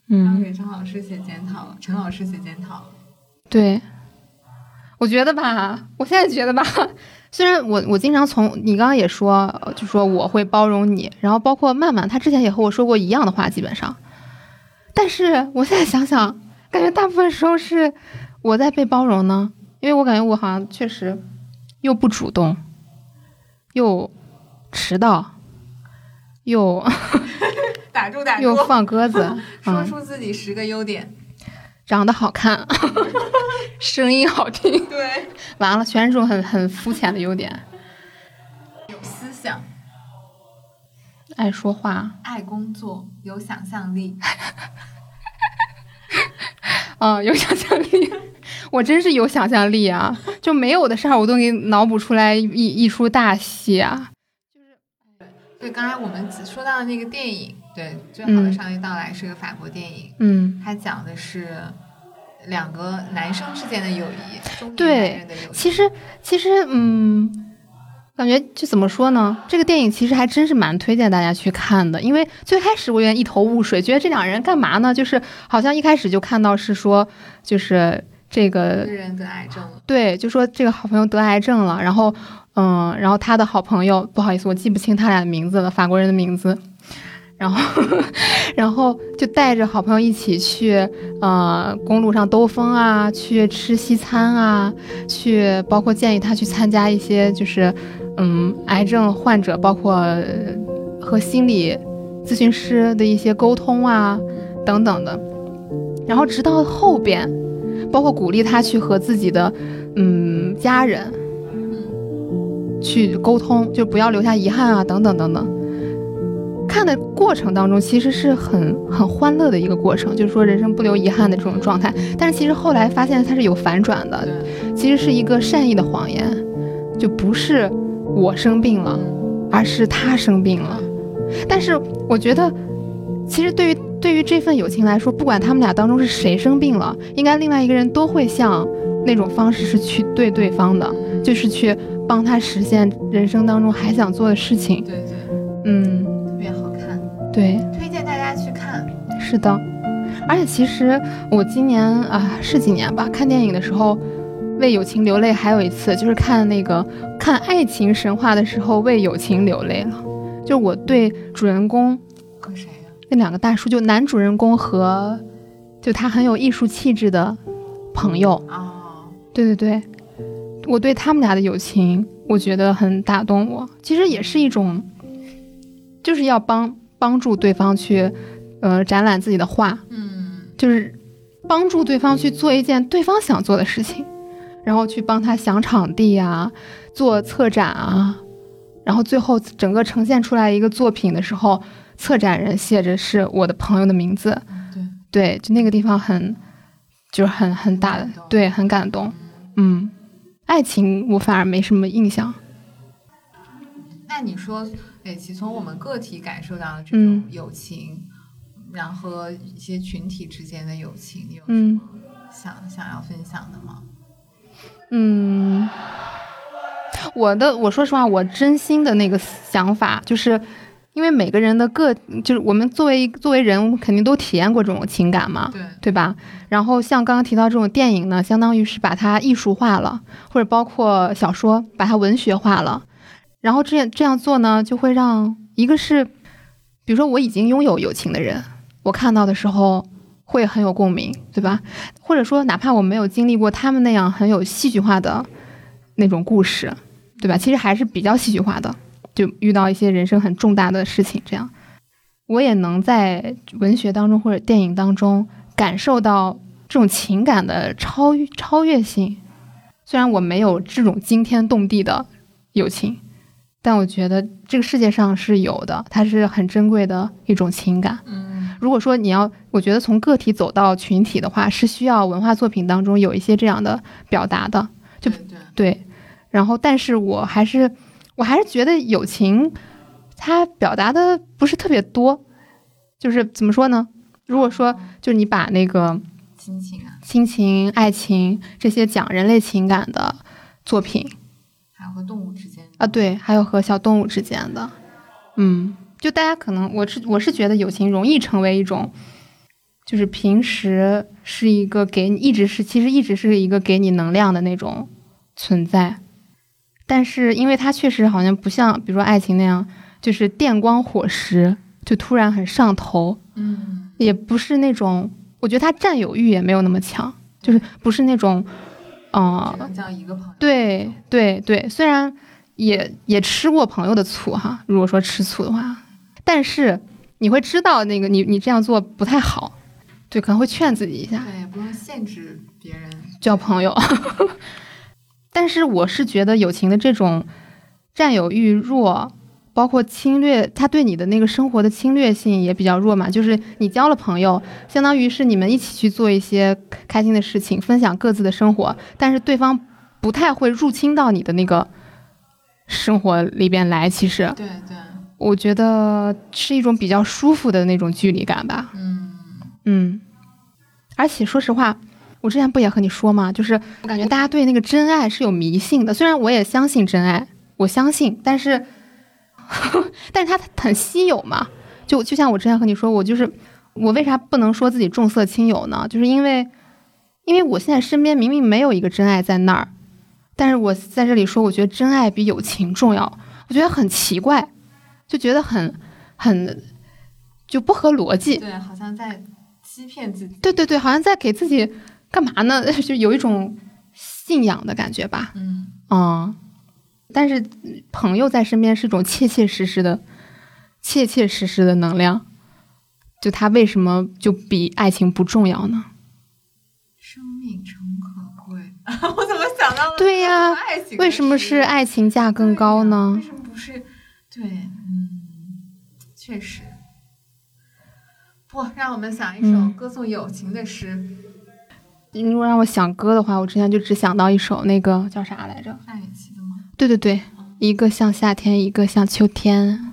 B: 嗯，
A: 给张老师写检讨了，陈老师写检讨了。
B: 对，我觉得吧，我现在觉得吧，虽然我我经常从你刚刚也说，就说我会包容你，然后包括曼曼，她之前也和我说过一样的话，基本上，但是我现在想想，感觉大部分时候是我在被包容呢，因为我感觉我好像确实又不主动，又迟到，又
A: 打住打住，
B: 又放鸽子，
A: 说出自己十个优点。
B: 嗯，长得好看，声音好听，
A: 对，
B: 完了，全是这种很很肤浅的优点。
A: 有思想，
B: 爱说话，
A: 爱工作，有想象力。
B: 嗯，有想象力，我真是有想象力啊！就没有的事儿，我都给脑补出来一一出大戏啊！
A: 就是，对，对，刚才我们说到的那个电影，对，《最好的上帝到来》是个法国电影，
B: 嗯，
A: 它讲的是两个男生之间的友谊，中年男
B: 对
A: 人的友谊。
B: 其实，其实，嗯，感觉就怎么说呢？这个电影其实还真是蛮推荐大家去看的，因为最开始我有点一头雾水，觉得这两人干嘛呢？就是好像一开始就看到是说，就是这个
A: 人得癌症了，
B: 对，就说这个好朋友得癌症了，然后，嗯，然后他的好朋友，不好意思，我记不清他俩的名字了，法国人的名字。然后，然后就带着好朋友一起去，呃，公路上兜风啊，去吃西餐啊，去包括建议他去参加一些就是，嗯，癌症患者，包括和心理咨询师的一些沟通啊，等等的。然后直到后边，包括鼓励他去和自己的，嗯，家人去沟通，就不要留下遗憾啊，等等等等。看的过程当中其实是很很欢乐的一个过程，就是说人生不留遗憾的这种状态，但是其实后来发现它是有反转的，其实是一个善意的谎言，就不是我生病了，而是他生病了。但是我觉得其实对于对于这份友情来说，不管他们俩当中是谁生病了，应该另外一个人都会像那种方式是去对对方的，就是去帮他实现人生当中还想做的事情。
A: 对对，
B: 嗯，对，
A: 推荐大家去看。
B: 是的，而且其实我今年啊是几年吧，看电影的时候为友情流泪，还有一次就是看那个看爱情神话的时候为友情流泪了。就我对主人公
A: 和谁呀？
B: 那两个大叔，就男主人公和就他很有艺术气质的朋友。
A: 哦，
B: 对对对，我对他们俩的友情，我觉得很打动我。其实也是一种，就是要帮。帮助对方去，呃，展览自己的画，
A: 嗯，
B: 就是帮助对方去做一件对方想做的事情，然后去帮他想场地啊，做策展啊，然后最后整个呈现出来一个作品的时候，策展人写着是我的朋友的名字，
A: 对，
B: 对，就那个地方很，就是很很大的，对，很感动，嗯，爱情我反而没什么印象。
A: 那你说？对，其从我们个体感受到的这种友情，嗯、然后和一些群体之间的友情，你有什么想、嗯、想要分享的吗？
B: 嗯，我的我说实话，我真心的那个想法，就是因为每个人的个，就是我们作为作为人，我们肯定都体验过这种情感嘛，
A: 对
B: 对吧？然后像刚刚提到这种电影呢，相当于是把它艺术化了，或者包括小说把它文学化了。然后这样这样做呢，就会让一个是，比如说我已经拥有友情的人，我看到的时候会很有共鸣，对吧？或者说哪怕我没有经历过他们那样很有戏剧化的那种故事，对吧？其实还是比较戏剧化的，就遇到一些人生很重大的事情，这样我也能在文学当中或者电影当中感受到这种情感的超超越性。虽然我没有这种惊天动地的友情，但我觉得这个世界上是有的，它是很珍贵的一种情感。
A: 嗯，
B: 如果说你要，我觉得从个体走到群体的话，是需要文化作品当中有一些这样的表达的。就
A: 对, 对,
B: 对，然后但是我还是我还是觉得友情它表达的不是特别多，就是怎么说呢？如果说就是你把那个
A: 亲情啊、
B: 亲情、爱情这些讲人类情感的作品。
A: 还有和动物之间
B: 啊，对，还有和小动物之间的，嗯，就大家可能我是我是觉得友情容易成为一种就是平时是一个给你一直是其实一直是一个给你能量的那种存在，但是因为它确实好像不像比如说爱情那样，就是电光火石就突然很上头，
A: 嗯，
B: 也不是那种，我觉得他占有欲也没有那么强，就是不是那种，呃，
A: 只能叫一个朋友。
B: 对对对，虽然也也吃过朋友的醋哈，如果说吃醋的话，但是你会知道那个你你这样做不太好，对，可能会劝自己一下，
A: 对，不用限制别人
B: 交朋友。但是我是觉得友情的这种占有欲弱，包括侵略，他对你的那个生活的侵略性也比较弱嘛，就是你交了朋友，相当于是你们一起去做一些开心的事情，分享各自的生活，但是对方不太会入侵到你的那个生活里边来，其实
A: 对对，
B: 我觉得是一种比较舒服的那种距离感吧。
A: 嗯
B: 嗯，而且说实话，我之前不也和你说吗？就是我感觉大家对那个真爱是有迷信的，虽然我也相信真爱，我相信，但是但是它很稀有嘛。就就像我之前和你说，我就是我为啥不能说自己重色轻友呢？就是因为因为我现在身边明明没有一个真爱在那儿，但是我在这里说，我觉得真爱比友情重要，我觉得很奇怪，就觉得很很就不合逻辑。
A: 对，好像在欺骗自己。
B: 对对对，好像在给自己干嘛呢？就有一种信仰的感觉吧。
A: 嗯
B: 嗯，但是朋友在身边是一种切切实实的、切切实实的能量。就它为什么就比爱情不重要呢？
A: 生命诚可贵，我怎么想到了？
B: 对呀、啊，为什么是爱情价更高呢？
A: 为什么不是？对，嗯，确实。不，让我们想一首歌颂友情的诗。
B: 嗯、如果让我想歌的话，我之前就只想到一首那个叫啥来着？
A: 范玮琪的吗？
B: 对对对，嗯、一个像夏天，一个像秋天。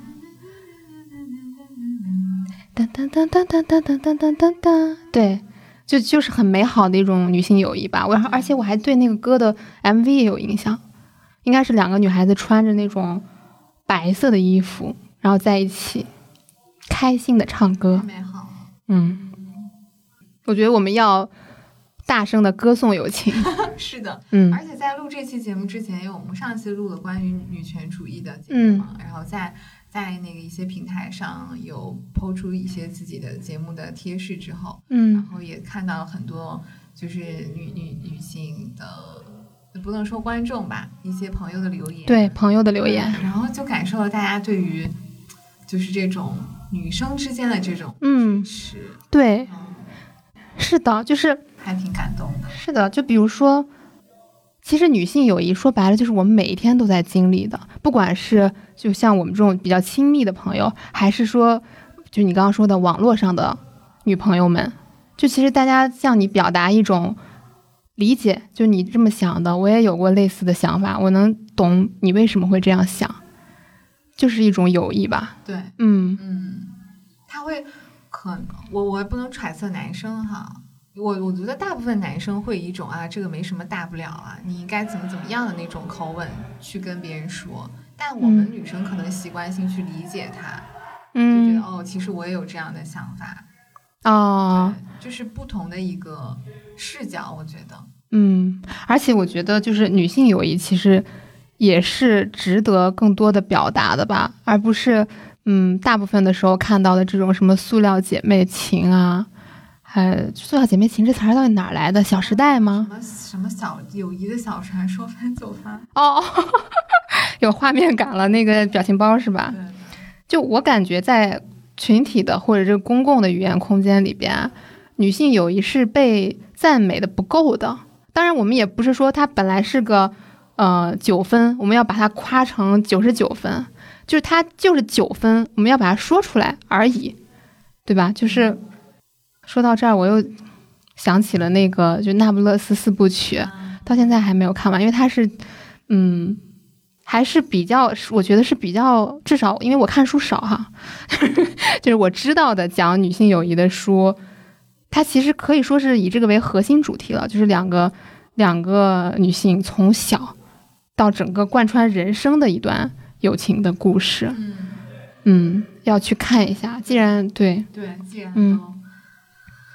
B: 噔噔噔噔噔噔噔噔噔噔噔，对，就就是很美好的一种女性友谊吧。我而且我还对那个歌的 M V 也有印象，应该是两个女孩子穿着那种白色的衣服，然后在一起开心的唱歌，
A: 太美好了。
B: 嗯，我觉得我们要大声的歌颂友情。
A: 是的，
B: 嗯，
A: 而且在录这期节目之前，因为我们上期录了关于女权主义的节目嘛，嗯、然后在在那个一些平台上有抛出一些自己的节目的贴士之后，
B: 嗯，
A: 然后也看到了很多就是女女女性的，不能说观众吧，一些朋友的留言，
B: 对朋友的留言，
A: 然后就感受了大家对于就是这种女生之间的这种
B: 嗯
A: 支持，
B: 对，
A: 嗯、
B: 是的，就是
A: 还挺感动的。
B: 是的，就比如说。其实女性友谊说白了就是我们每一天都在经历的，不管是就像我们这种比较亲密的朋友，还是说就你刚刚说的网络上的女朋友们，就其实大家向你表达一种理解，就你这么想的，我也有过类似的想法，我能懂你为什么会这样想，就是一种友谊吧。
A: 对，
B: 嗯
A: 嗯，他会可能我我不能揣测男生哈。我我觉得大部分男生会以一种啊，这个没什么大不了啊，你应该怎么怎么样的那种口吻去跟别人说，但我们女生可能习惯性去理解他，嗯，就觉得哦，其实我也有这样的想法，
B: 哦，
A: 就是不同的一个视角，我觉得，
B: 嗯，而且我觉得就是女性友谊其实也是值得更多的表达的吧，而不是嗯，大部分的时候看到的这种什么塑料姐妹情啊。呃，塑料姐妹情这词儿到底哪儿来的？小时代吗？
A: 什么什么小友谊的小船说翻就翻
B: 哦，有画面感了，那个表情包是吧？
A: 对。
B: 就我感觉在群体的或者这个公共的语言空间里边，女性友谊是被赞美的不够的。当然，我们也不是说它本来是个呃九分，我们要把它夸成九十九分，就是它就是九分，我们要把它说出来而已，对吧？就是。说到这儿，我又想起了那个就那不勒斯四部曲，到现在还没有看完，因为它是，嗯，还是比较，我觉得是比较，至少因为我看书少哈，就是我知道的讲女性友谊的书，它其实可以说是以这个为核心主题了，就是两个两个女性从小到整个贯穿人生的一段友情的故事，
A: 嗯，
B: 嗯，要去看一下，既然对
A: 对，既然
B: 嗯。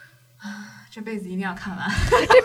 A: 这辈子一定要看完。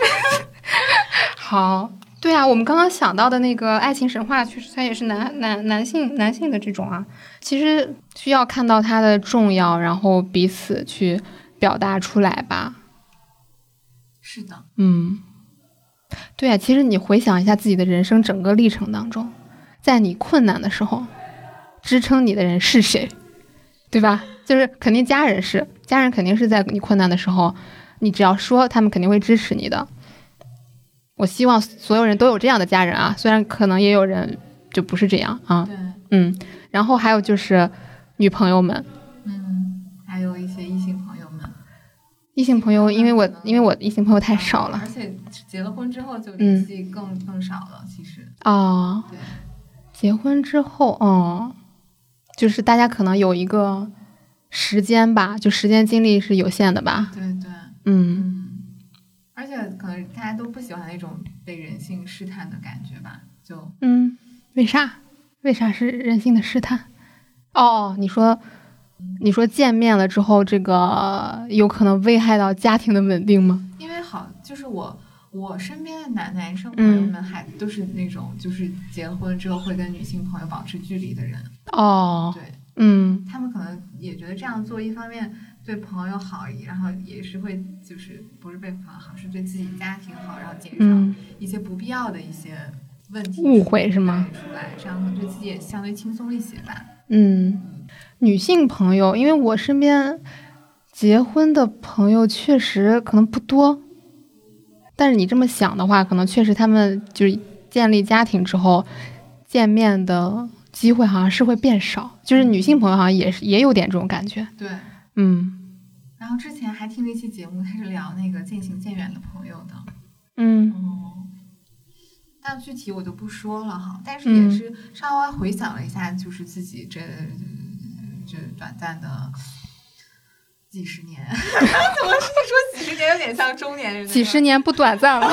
B: 好，对啊，我们刚刚想到的那个爱情神话，确实它也是男男男性男性的这种啊，其实需要看到它的重要，然后彼此去表达出来吧。
A: 是的，
B: 嗯，对啊，其实你回想一下自己的人生整个历程当中，在你困难的时候，支撑你的人是谁，对吧？就是肯定家人是，家人肯定是在你困难的时候，你只要说，他们肯定会支持你的。我希望所有人都有这样的家人啊，虽然可能也有人就不是这样啊。
A: 对，
B: 嗯，然后还有就是女朋友们，
A: 嗯，还有一些异性朋友们。
B: 异性朋友，因为我因为我异性朋友太少了，
A: 而且结了婚之后就联系更、嗯、更少了，其实。
B: 哦，
A: 对，
B: 结婚之后，嗯，就是大家可能有一个时间吧，就时间精力是有限的吧。
A: 对对，
B: 嗯。
A: 嗯，而且可能大家都不喜欢那种被人性试探的感觉吧，就
B: 嗯，为啥？为啥是人性的试探？哦，你说，你说见面了之后，这个有可能危害到家庭的稳定吗？
A: 因为好，就是我我身边的男男生朋友们还都是那种，就是结了婚之后会跟女性朋友保持距离的人。
B: 哦，
A: 对，
B: 嗯，
A: 他们可能也觉得这样做，一方面对朋友好，然后也是会就是不是对朋友好，是对自己家庭好，然后减少一些不必要的一些问题、
B: 误会是吗？
A: 出来，这样可能对自己也相对轻松一些吧。
B: 嗯，女性朋友，因为我身边结婚的朋友确实可能不多，但是你这么想的话，可能确实他们就是建立家庭之后见面的机会好像是会变少，就是女性朋友好像也是也有点这种感觉。
A: 对，
B: 嗯。
A: 然后之前还听了一期节目，他是聊那个渐行渐远的朋友的。
B: 嗯。
A: 嗯，但具体我就不说了哈。但是也是稍微回想了一下，就是自己这这短暂的几十年，怎么说几十年有点像中年人？
B: 几十年不短暂了，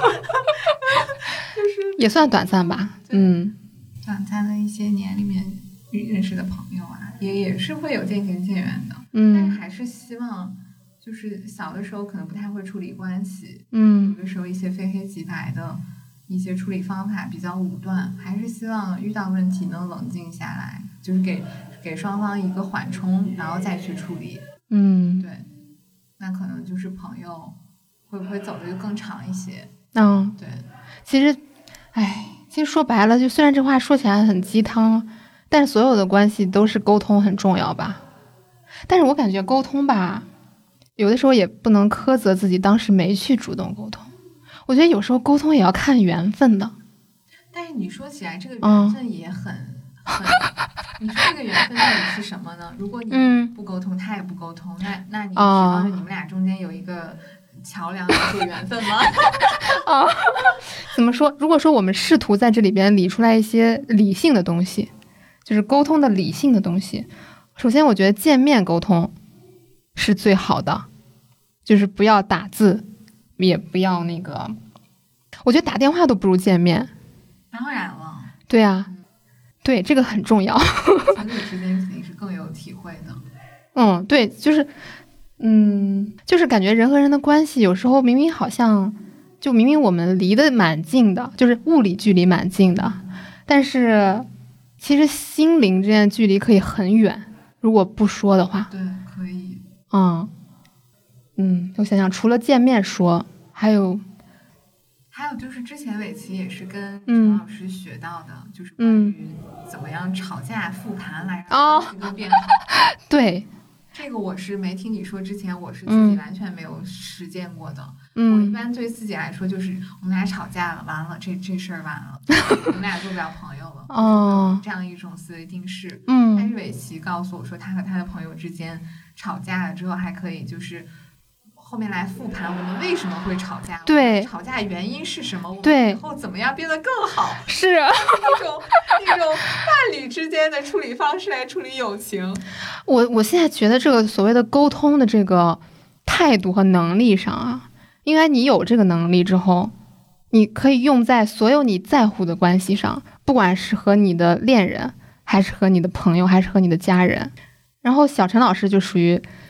B: 就是也算短暂吧。嗯，
A: 短暂的一些年里面认识的朋友啊，也也是会有渐行渐远的。
B: 嗯，
A: 但是还是希望，就是小的时候可能不太会处理关系，
B: 嗯，
A: 有的时候一些非黑即白的一些处理方法比较武断，还是希望遇到问题能冷静下来，就是给给双方一个缓冲，然后再去处理。
B: 嗯，
A: 对，那可能就是朋友会不会走的就更长一些？
B: 嗯，
A: 对，
B: 其实，哎，其实说白了，就虽然这话说起来很鸡汤，但是所有的关系都是沟通很重要吧。但是我感觉沟通吧，有的时候也不能苛责自己当时没去主动沟通。我觉得有时候沟通也要看缘分的。
A: 但是你说起来，这个缘分也很、嗯、很，你说这个缘分到底是什么呢？如果你不沟通，嗯、他也不沟通，那那你指望着你们俩中间有一个桥梁有缘分吗？
B: 啊，怎么说？如果说我们试图在这里边理出来一些理性的东西，就是沟通的理性的东西。首先，我觉得见面沟通是最好的，就是不要打字，也不要那个，我觉得打电话都不如见面。
A: 当然了，
B: 对啊，嗯、对，这个很重要。
A: 情侣之间肯定是更有体会的。
B: 嗯，对，就是，嗯，就是感觉人和人的关系有时候明明好像，就明明我们离得蛮近的，就是物理距离蛮近的，但是其实心灵之间的距离可以很远。如果不说的话，
A: 对，可以。
B: 嗯，嗯，我想想，除了见面说，还有，
A: 还有就是之前伟奇也是跟陈老师学到的，嗯、就是关于怎么样吵架复盘来让关系更变好。
B: 哦、对，
A: 这个我是没听你说之前，我是自己完全没有实践过的。
B: 嗯，
A: 我一般对自己来说就是我们俩吵架了，完了，这这事儿完了，我们俩做不了朋友了。
B: 哦，
A: 这样一种思维定式。
B: 嗯，
A: 但是伟奇告诉我说，他和他的朋友之间吵架了之后，还可以就是后面来复盘我们为什么会吵架，
B: 对，
A: 吵架原因是什么，我
B: 们
A: 以后怎么样变得更好，
B: 是
A: 那种那种伴侣之间的处理方式来处理友情。
B: 我我现在觉得这个所谓的沟通的这个态度和能力上啊，应该你有这个能力之后，你可以用在所有你在乎的关系上，不管是和你的恋人，还是和你的朋友，还是和你的家人。然后小陈老师就属于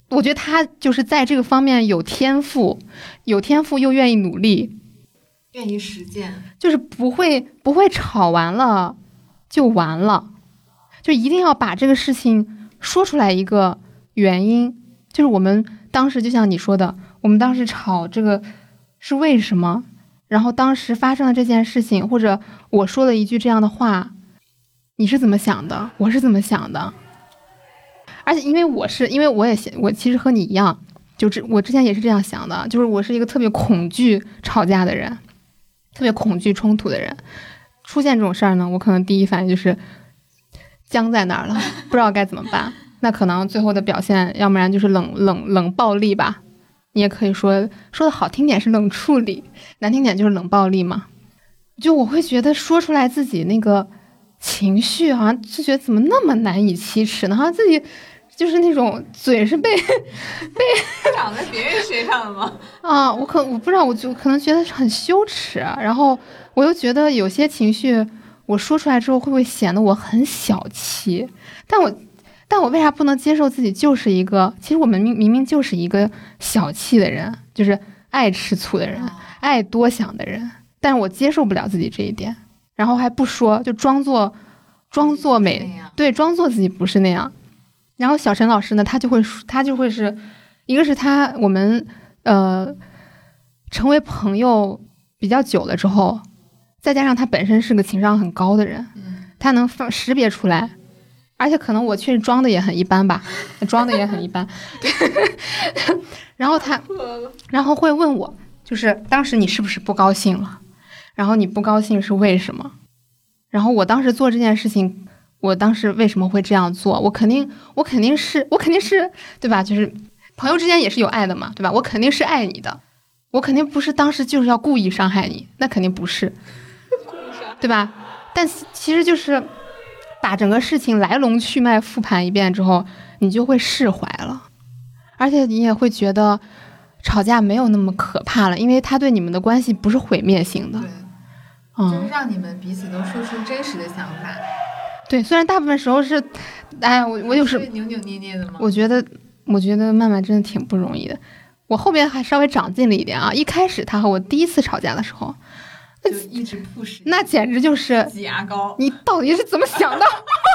B: 我觉得他就是在这个方面有天赋，有天赋又愿意努力，
A: 愿意实践，
B: 就是不会不会吵完了就完了，就一定要把这个事情说出来一个原因。就是我们当时就像你说的，我们当时吵这个是为什么，然后当时发生了这件事情，或者我说了一句这样的话，你是怎么想的，我是怎么想的。而且因为我是因为我也我其实和你一样，就是我之前也是这样想的，就是我是一个特别恐惧吵架的人，特别恐惧冲突的人。出现这种事儿呢，我可能第一反应就是僵在那儿了，不知道该怎么办。那可能最后的表现，要不然就是冷冷冷暴力吧，你也可以说说的好听点是冷处理，难听点就是冷暴力嘛。就我会觉得说出来自己那个情绪，好像就觉得怎么那么难以启齿呢？好像自己就是那种嘴是被被
A: 长在别人身上的吗？
B: 啊，我可我不知道，我就可能觉得很羞耻，然后我又觉得有些情绪我说出来之后会不会显得我很小气？但我但我为啥不能接受自己就是一个，其实我们明明明就是一个小气的人，就是爱吃醋的人，爱多想的人，但是我接受不了自己这一点，然后还不说，就装作装作美，对，装作自己不是那样。然后小陈老师呢，他就会他就会是一个是他我们呃成为朋友比较久了之后，再加上他本身是个情商很高的人，他能放识别出来。而且可能我确实装的也很一般吧，装的也很一般。然后他，然后会问我，就是当时你是不是不高兴了？然后你不高兴是为什么？然后我当时做这件事情，我当时为什么会这样做？我肯定，我肯定是，我肯定是，对吧？就是朋友之间也是有爱的嘛，对吧？我肯定是爱你的，我肯定不是当时就是要故意伤害你，那肯定不是，对吧？但其实就是。把整个事情来龙去脉复盘一遍之后，你就会释怀了，而且你也会觉得吵架没有那么可怕了，因为他对你们的关系不是毁灭性的。
A: 对，
B: 嗯，
A: 就是让你们彼此都说出真实的想法。
B: 对，虽然大部分时候是，哎，我我有时
A: 扭扭捏捏的吗？
B: 我觉得，我觉得曼曼真的挺不容易的。我后边还稍微长进了一点啊，一开始他和我第一次吵架的时候。
A: 就一直 push，
B: 那简直就是
A: 挤牙膏。
B: 你到底是怎么想的？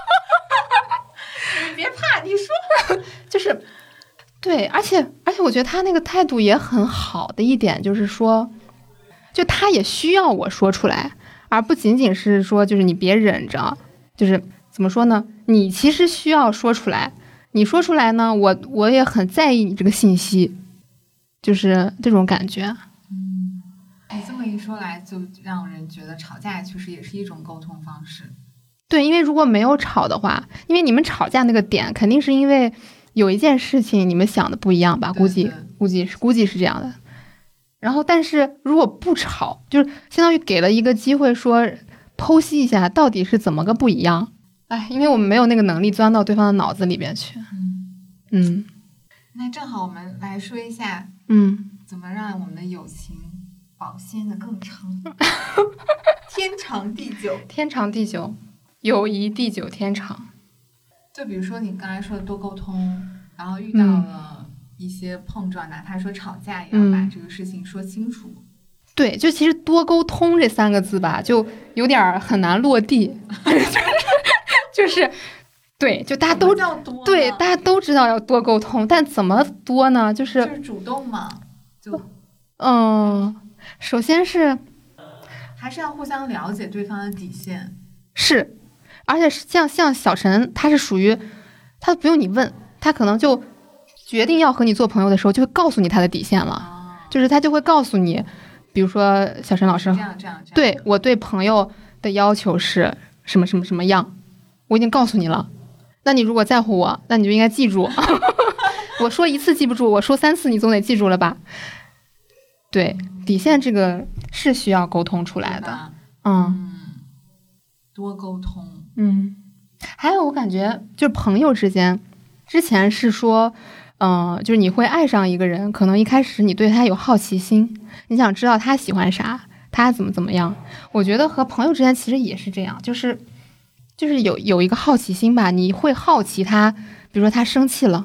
A: 你别怕，你说。
B: 就是对，而且而且我觉得他那个态度也很好的一点就是说，就他也需要我说出来，而不仅仅是说就是你别忍着，就是怎么说呢？你其实需要说出来，你说出来呢，我我也很在意你这个信息，就是这种感觉。
A: 你这么一说来，就让人觉得吵架确实也是一种沟通方式。
B: 对，因为如果没有吵的话，因为你们吵架那个点肯定是因为有一件事情你们想的不一样吧？估计估计是估计是这样的。然后，但是如果不吵，就是相当于给了一个机会说剖析一下到底是怎么个不一样。哎，因为我们没有那个能力钻到对方的脑子里边去。
A: 嗯
B: 嗯，
A: 那正好我们来说一下，
B: 嗯，
A: 怎么让我们的友情保鲜的更长，天长地久，
B: 天长地久，友谊地久天长。
A: 就比如说你刚才说的多沟通，然后遇到了一些碰撞，嗯、哪怕说吵架，也要把这个事情说清楚。嗯、
B: 对，就其实多沟通这三个字吧，就有点很难落地，就是。对，就大家都对，大家都知道要多沟通，但怎么多呢？就是
A: 就是主动嘛，就
B: 嗯，首先是
A: 还是要互相了解对方的底线，
B: 是，而且像像小陈，他是属于他不用你问，他可能就决定要和你做朋友的时候，就会告诉你他的底线了，哦、就是他就会告诉你，比如说小陈老师，
A: 这样这样这样，
B: 对我对朋友的要求是什么什么什么样，我已经告诉你了。那你如果在乎我，那你就应该记住。我说一次记不住，我说三次你总得记住了吧？对，底线这个是需要沟通出来的。嗯，
A: 多沟通。
B: 嗯，还有我感觉就是朋友之间，之前是说，嗯、呃，就是你会爱上一个人，可能一开始你对他有好奇心，你想知道他喜欢啥，他怎么怎么样。我觉得和朋友之间其实也是这样，就是。就是有有一个好奇心吧，你会好奇他，比如说他生气了，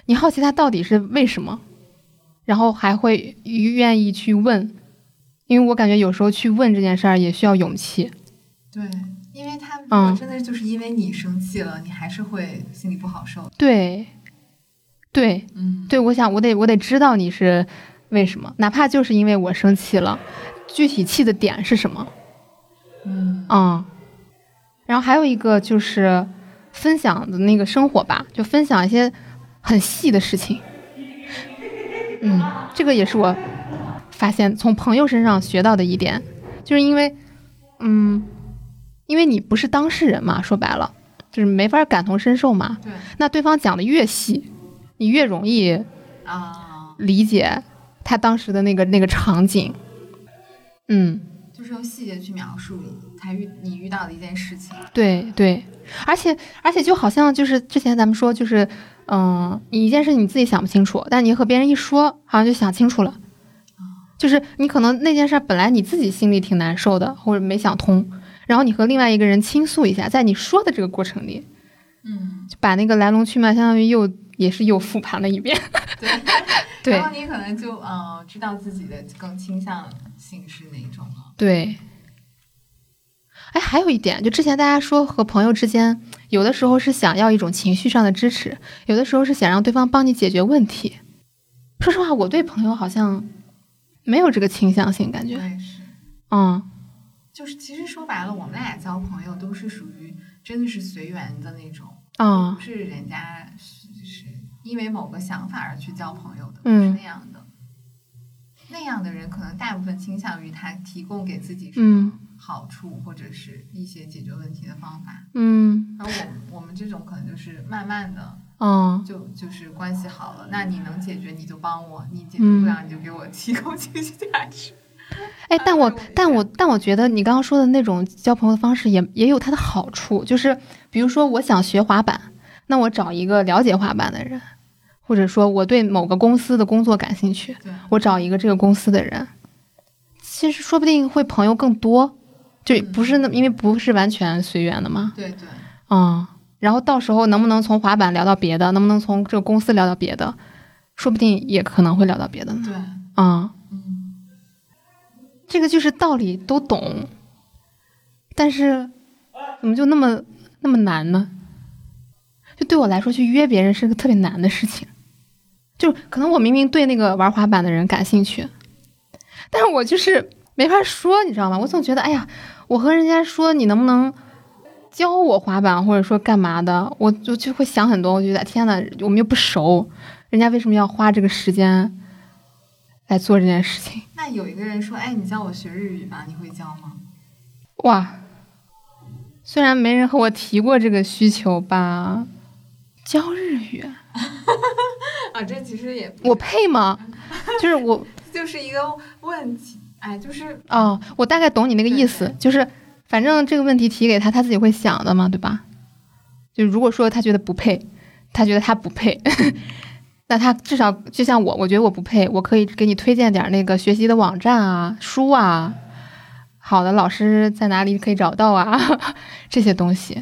B: 你好奇他到底是为什么，然后还会愿意去问，因为我感觉有时候去问这件事儿也需要勇气。
A: 对，因为他如果真的就是因为你生气了，嗯、你还是会心里不好受。
B: 对，对，
A: 嗯，
B: 对，我想我得我得知道你是为什么，哪怕就是因为我生气了，具体气的点是什么。
A: 嗯
B: 嗯，然后还有一个就是分享的那个生活吧，就分享一些很细的事情。嗯，这个也是我发现从朋友身上学到的一点，就是因为，嗯，因为你不是当事人嘛，说白了就是没法感同身受嘛。
A: 对，
B: 那对方讲的越细，你越容易
A: 啊
B: 理解他当时的那个那个场景。嗯，
A: 就是用细节去描述他遇你遇到的一件事情。
B: 对对，而且而且就好像就是之前咱们说，就是嗯，你一件事你自己想不清楚，但你和别人一说，好像就想清楚了。就是你可能那件事本来你自己心里挺难受的，或者没想通，然后你和另外一个人倾诉一下，在你说的这个过程里，
A: 嗯，
B: 就把那个来龙去脉相当于又也是又复盘了一遍。
A: 对
B: 对，
A: 然后你可能就呃知道自己的更倾向性是哪一种了。
B: 对。哎，还有一点，就之前大家说和朋友之间，有的时候是想要一种情绪上的支持，有的时候是想让对方帮你解决问题。说实话，我对朋友好像没有这个倾向性，感觉。
A: 我也是。
B: 嗯，
A: 就是其实说白了，我们俩交朋友都是属于真的是随缘的那种，
B: 啊、
A: 不是人家就是因为某个想法而去交朋友的，
B: 嗯
A: 不是那样的。那样的人可能大部分倾向于他提供给自己什
B: 嗯
A: 么好处，或者是一些解决问题的方法。
B: 嗯
A: 然后我们我们这种可能就是慢慢的
B: 嗯
A: 就就是关系好了，那你能解决你就帮我，你解决不了你就给我提供情绪价值。
B: 哎，但我
A: 安慰我一下
B: 但我但我觉得你刚刚说的那种交朋友的方式也也有它的好处，就是比如说我想学滑板，那我找一个了解滑板的人，或者说我对某个公司的工作感兴趣，
A: 对，
B: 我找一个这个公司的人，其实说不定会朋友更多，就不是那因为不是完全随缘的嘛。
A: 对对，
B: 嗯，然后到时候能不能从滑板聊到别的，能不能从这个公司聊到别的，说不定也可能会聊到别的呢。
A: 对，
B: 嗯，
A: 嗯，
B: 这个就是道理都懂，但是怎么就那么那么难呢？就对我来说，去约别人是个特别难的事情。就可能我明明对那个玩滑板的人感兴趣，但是我就是没法说，你知道吗？我总觉得，哎呀，我和人家说你能不能教我滑板，或者说干嘛的，我就就会想很多。我觉得天呐，我们又不熟，人家为什么要花这个时间来做这件事情？
A: 那有一个人说，哎，你教我学日语吧，你会教吗？
B: 哇，虽然没人和我提过这个需求吧，教日语，
A: 啊，这其实也
B: 我配吗？就是我
A: 就是一个问题，哎，就是
B: 哦，我大概懂你那个意思，
A: 对对
B: 就是反正这个问题提给他，他自己会想的嘛，对吧？就如果说他觉得不配，他觉得他不配，那他至少就像我，我觉得我不配，我可以给你推荐点那个学习的网站啊、书啊，好的老师在哪里可以找到啊，这些东西。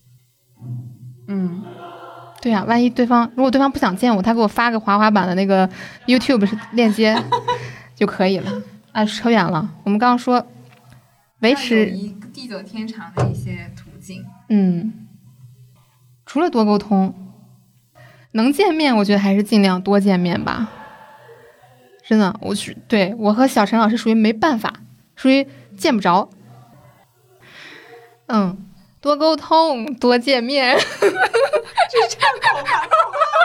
B: 嗯，对呀、万一对方如果对方不想见我，他给我发个滑滑板的那个 YouTube 是链接就可以了。哎，扯远了，我们刚刚说维
A: 有
B: 持，
A: 一地久天长的一些途径。
B: 嗯，除了多沟通，能见面，我觉得还是尽量多见面吧。真的，我是对我和小陈老师属于没办法，属于见不着。嗯，多沟通，多见面。
A: 这是这样口话口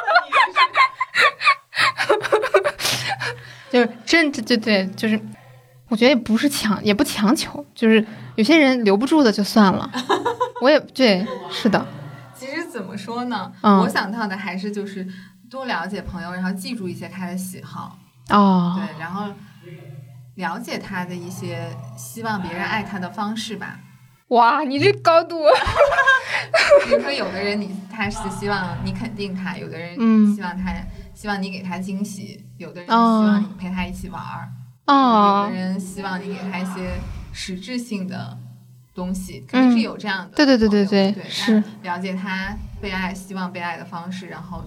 A: 话的，
B: 就是真对对对，就是我觉得也不是强，也不强求，就是有些人留不住的就算了。我也对，是的，
A: 其实怎么说呢？
B: 嗯
A: 我想到的还是就是多了解朋友，然后记住一些他的喜好，
B: 哦，
A: 对，然后了解他的一些希望别人爱他的方式吧。
B: 哇，你这高度，
A: 比如说，有的人你他是希望你肯定他，有的人
B: 嗯
A: 希望他、希望你给他惊喜，有的人希
B: 哦
A: 望你陪他一起玩儿，
B: 哦
A: 有的，人希望你给他一些实质性的东西，肯定是有这样的、
B: 对对对对对
A: 对，
B: 是
A: 那了解他被爱、希望被爱的方式，然后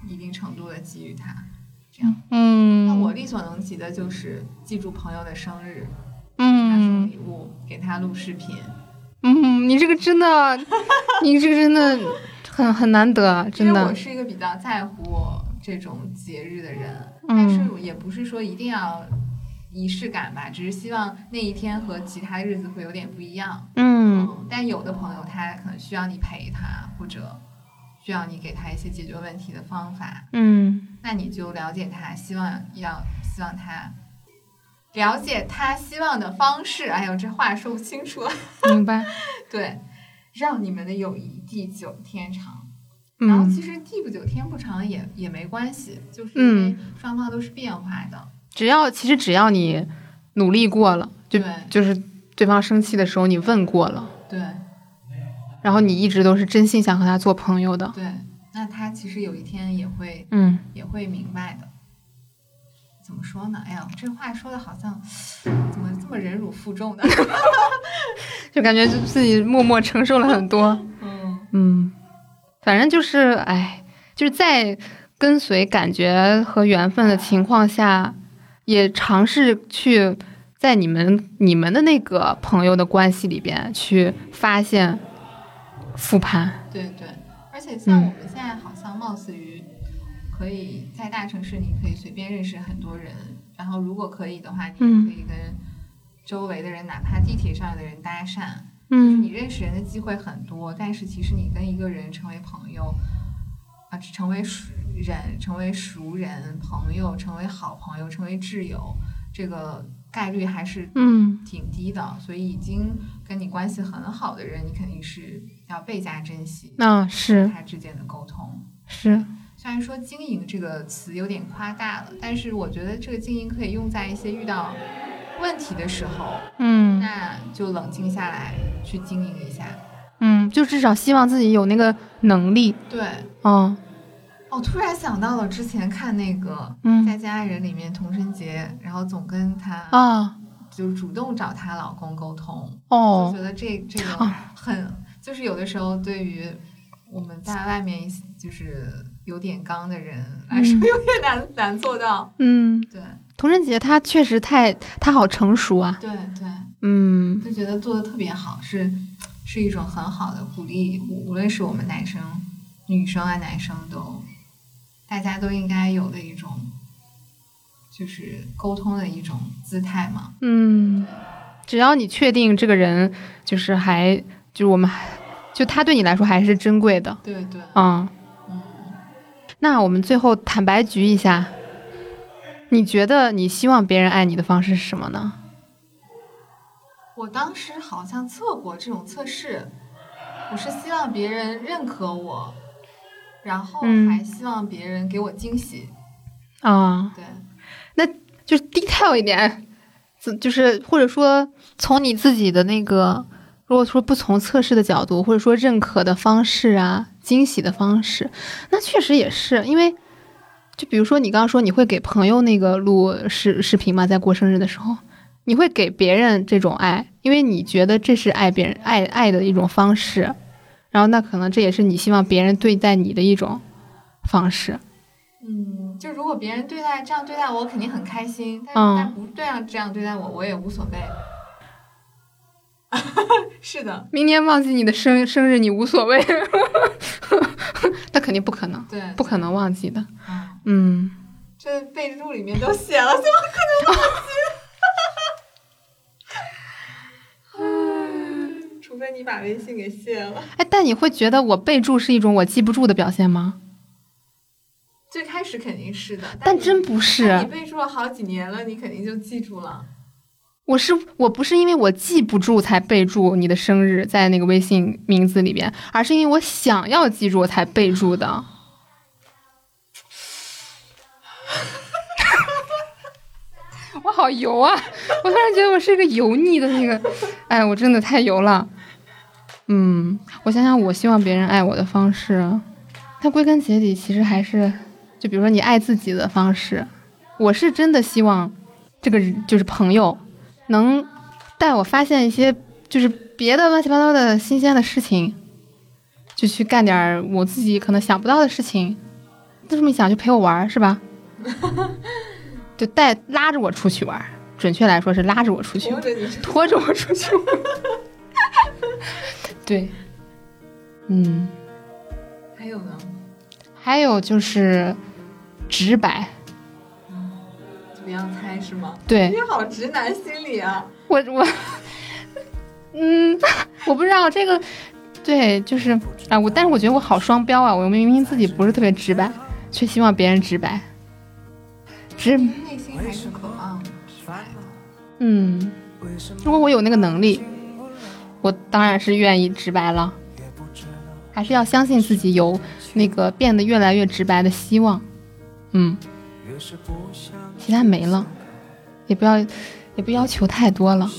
A: 一定程度的给予他，这样。
B: 嗯，
A: 那我力所能及的就是记住朋友的生日，
B: 嗯，
A: 给他送礼物，给他录视频。
B: 嗯，你这个真的，你这个真的很很难得，真的。
A: 因为我是一个比较在乎这种节日的人，
B: 嗯、
A: 但是也不是说一定要仪式感吧，只是希望那一天和其他日子会有点不一样。
B: 嗯，
A: 嗯，但有的朋友他可能需要你陪他，或者需要你给他一些解决问题的方法。
B: 嗯，
A: 那你就了解他，希望要希望他了解他希望的方式。哎呦，这话说不清楚了。
B: 明白。
A: 对，让你们的友谊地久天长。
B: 嗯、
A: 然后其实地不久天不长也也没关系，就是因为双方都是变化的。嗯、
B: 只要其实只要你努力过了，就就是对方生气的时候你问过了，
A: 对，
B: 然后你一直都是真心想和他做朋友的，
A: 对，那他其实有一天也会，
B: 嗯，
A: 也会明白的。怎么说呢？哎呀，这话说的好像怎么这么忍辱负重呢？
B: 就感觉自己默默承受了很多。
A: 嗯
B: 嗯，反正就是哎，就是在跟随感觉和缘分的情况下，也尝试去在你们你们的那个朋友的关系里边去发现复盘。
A: 对对，而且像我们现在好像貌似于可以在大城市，你可以随便认识很多人，然后如果可以的话，你也可以跟周围的人，哪怕地铁上的人搭讪。嗯，就是你认识人的机会很多，但是其实你跟一个人成为朋友啊，成为人，成为熟人、朋友，成为好朋友，成为挚友，这个概率还是嗯挺低的。嗯、所以已经跟你关系很好的人，你肯定是要倍加珍惜
B: 啊，是
A: 他之间的沟通。
B: 是，
A: 虽然说经营这个词有点夸大了，但是我觉得这个经营可以用在一些遇到问题的时候，
B: 嗯，
A: 那就冷静下来去经营一下，
B: 嗯，就至少希望自己有那个能力。
A: 对，
B: 嗯，
A: 哦，突然想到了之前看那个
B: 《
A: 再见爱人》里面童晨洁，然后总跟他
B: 啊，
A: 就主动找她老公沟通，
B: 哦，
A: 就觉得这这个很、啊，就是有的时候对于我们在外面就是有点刚的人来说，有点难、嗯、难做到。嗯，对。
B: 童晨洁她确实太，她好成熟啊。
A: 对对，
B: 嗯，
A: 就觉得做的特别好，是是一种很好的鼓励。无论是我们男生、女生啊，男生都，大家都应该有的一种，就是沟通的一种姿态嘛。
B: 嗯，只要你确定这个人就是还就是我们还就他对你来说还是珍贵的。
A: 对对，
B: 嗯嗯。那我们最后坦白局一下。你觉得你希望别人爱你的方式是什么呢？
A: 我当时好像测过这种测试，我是希望别人认可我，然后还希望别人给我惊喜。
B: 啊、嗯，
A: 对，
B: 那就是 detail 一点，就是或者说从你自己的那个，如果说不从测试的角度，或者说认可的方式啊，惊喜的方式，那确实也是因为。就比如说你刚刚说你会给朋友那个录视视频吗？在过生日的时候，你会给别人这种爱，因为你觉得这是爱别人爱爱的一种方式，然后那可能这也是你希望别人对待你的一种方式。
A: 嗯，就如果别人对待这样对待我，我肯定很开心，但是他不这样这样对待我，我也无所谓。是的，
B: 明年忘记你的生生日你无所谓，那肯定不可能，
A: 对，
B: 不可能忘记的。
A: 嗯。
B: 嗯，
A: 这备注里面都写了，怎么可能忘记？除非你把微信给卸了。
B: 哎，但你会觉得我备注是一种我记不住的表现吗？
A: 最开始肯定是的，
B: 但, 但真不是。
A: 你备注了好几年了，你肯定就记住了。
B: 我是我不是因为我记不住才备注你的生日在那个微信名字里边，而是因为我想要记住才备注的。我好油啊！我突然觉得我是一个油腻的那个，哎，我真的太油了。嗯，我想想，我希望别人爱我的方式，它归根结底其实还是，就比如说你爱自己的方式，我是真的希望这个就是朋友能带我发现一些就是别的乱七八糟的新鲜的事情，就去干点我自己可能想不到的事情。 这么想就陪我玩是吧？就带拉着我出去玩，准确来说是拉着我出去，
A: 拖着你
B: 拖着我出去玩。对，嗯，
A: 还有呢？
B: 还有就是直白。
A: 怎么样猜是吗？
B: 对，
A: 你好直男心理啊！
B: 我我，嗯，我不知道这个，对，就是啊，我但是我觉得我好双标啊！我明明自己不是特别直白，却希望别人直白，直
A: 内心还是渴望直白的。
B: 嗯，如果我有那个能力，我当然是愿意直白了。还是要相信自己有那个变得越来越直白的希望。嗯，其他没了，也不要也不要求太多了。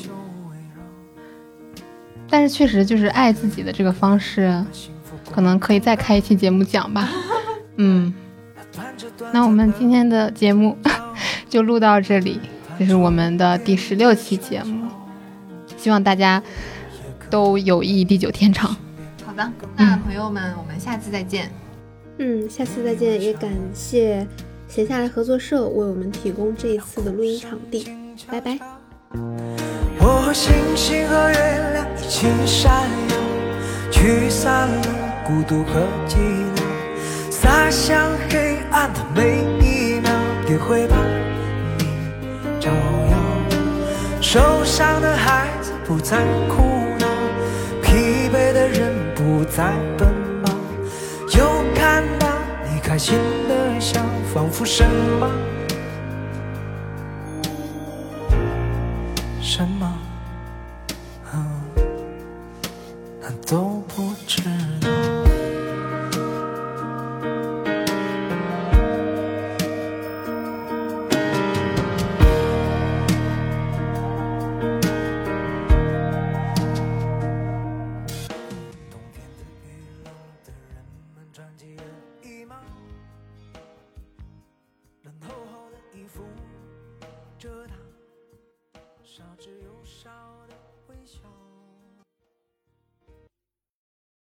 B: 但是确实就是爱自己的这个方式，可能可以再开一期节目讲吧。嗯，那我们今天的节目就录到这里，这是我们的第十六期节目，希望大家都有意地久天长。
A: 好的，那朋友们，我们下次再见。
C: 嗯，下次再见，也感谢闲下来合作社为我们提供这一次的录音场地，拜拜。
D: 我和星星和月亮一起闪耀，驱散了孤独和寂寥，洒向黑暗的每一秒，也会把你照耀。受伤的孩子不再哭闹，疲惫的人不再奔跑，又看到你开心的笑，仿佛什么什么都不知道。冬天的雨冷的人们穿起了衣帽，冷厚厚的衣服遮挡，少之又少的微笑。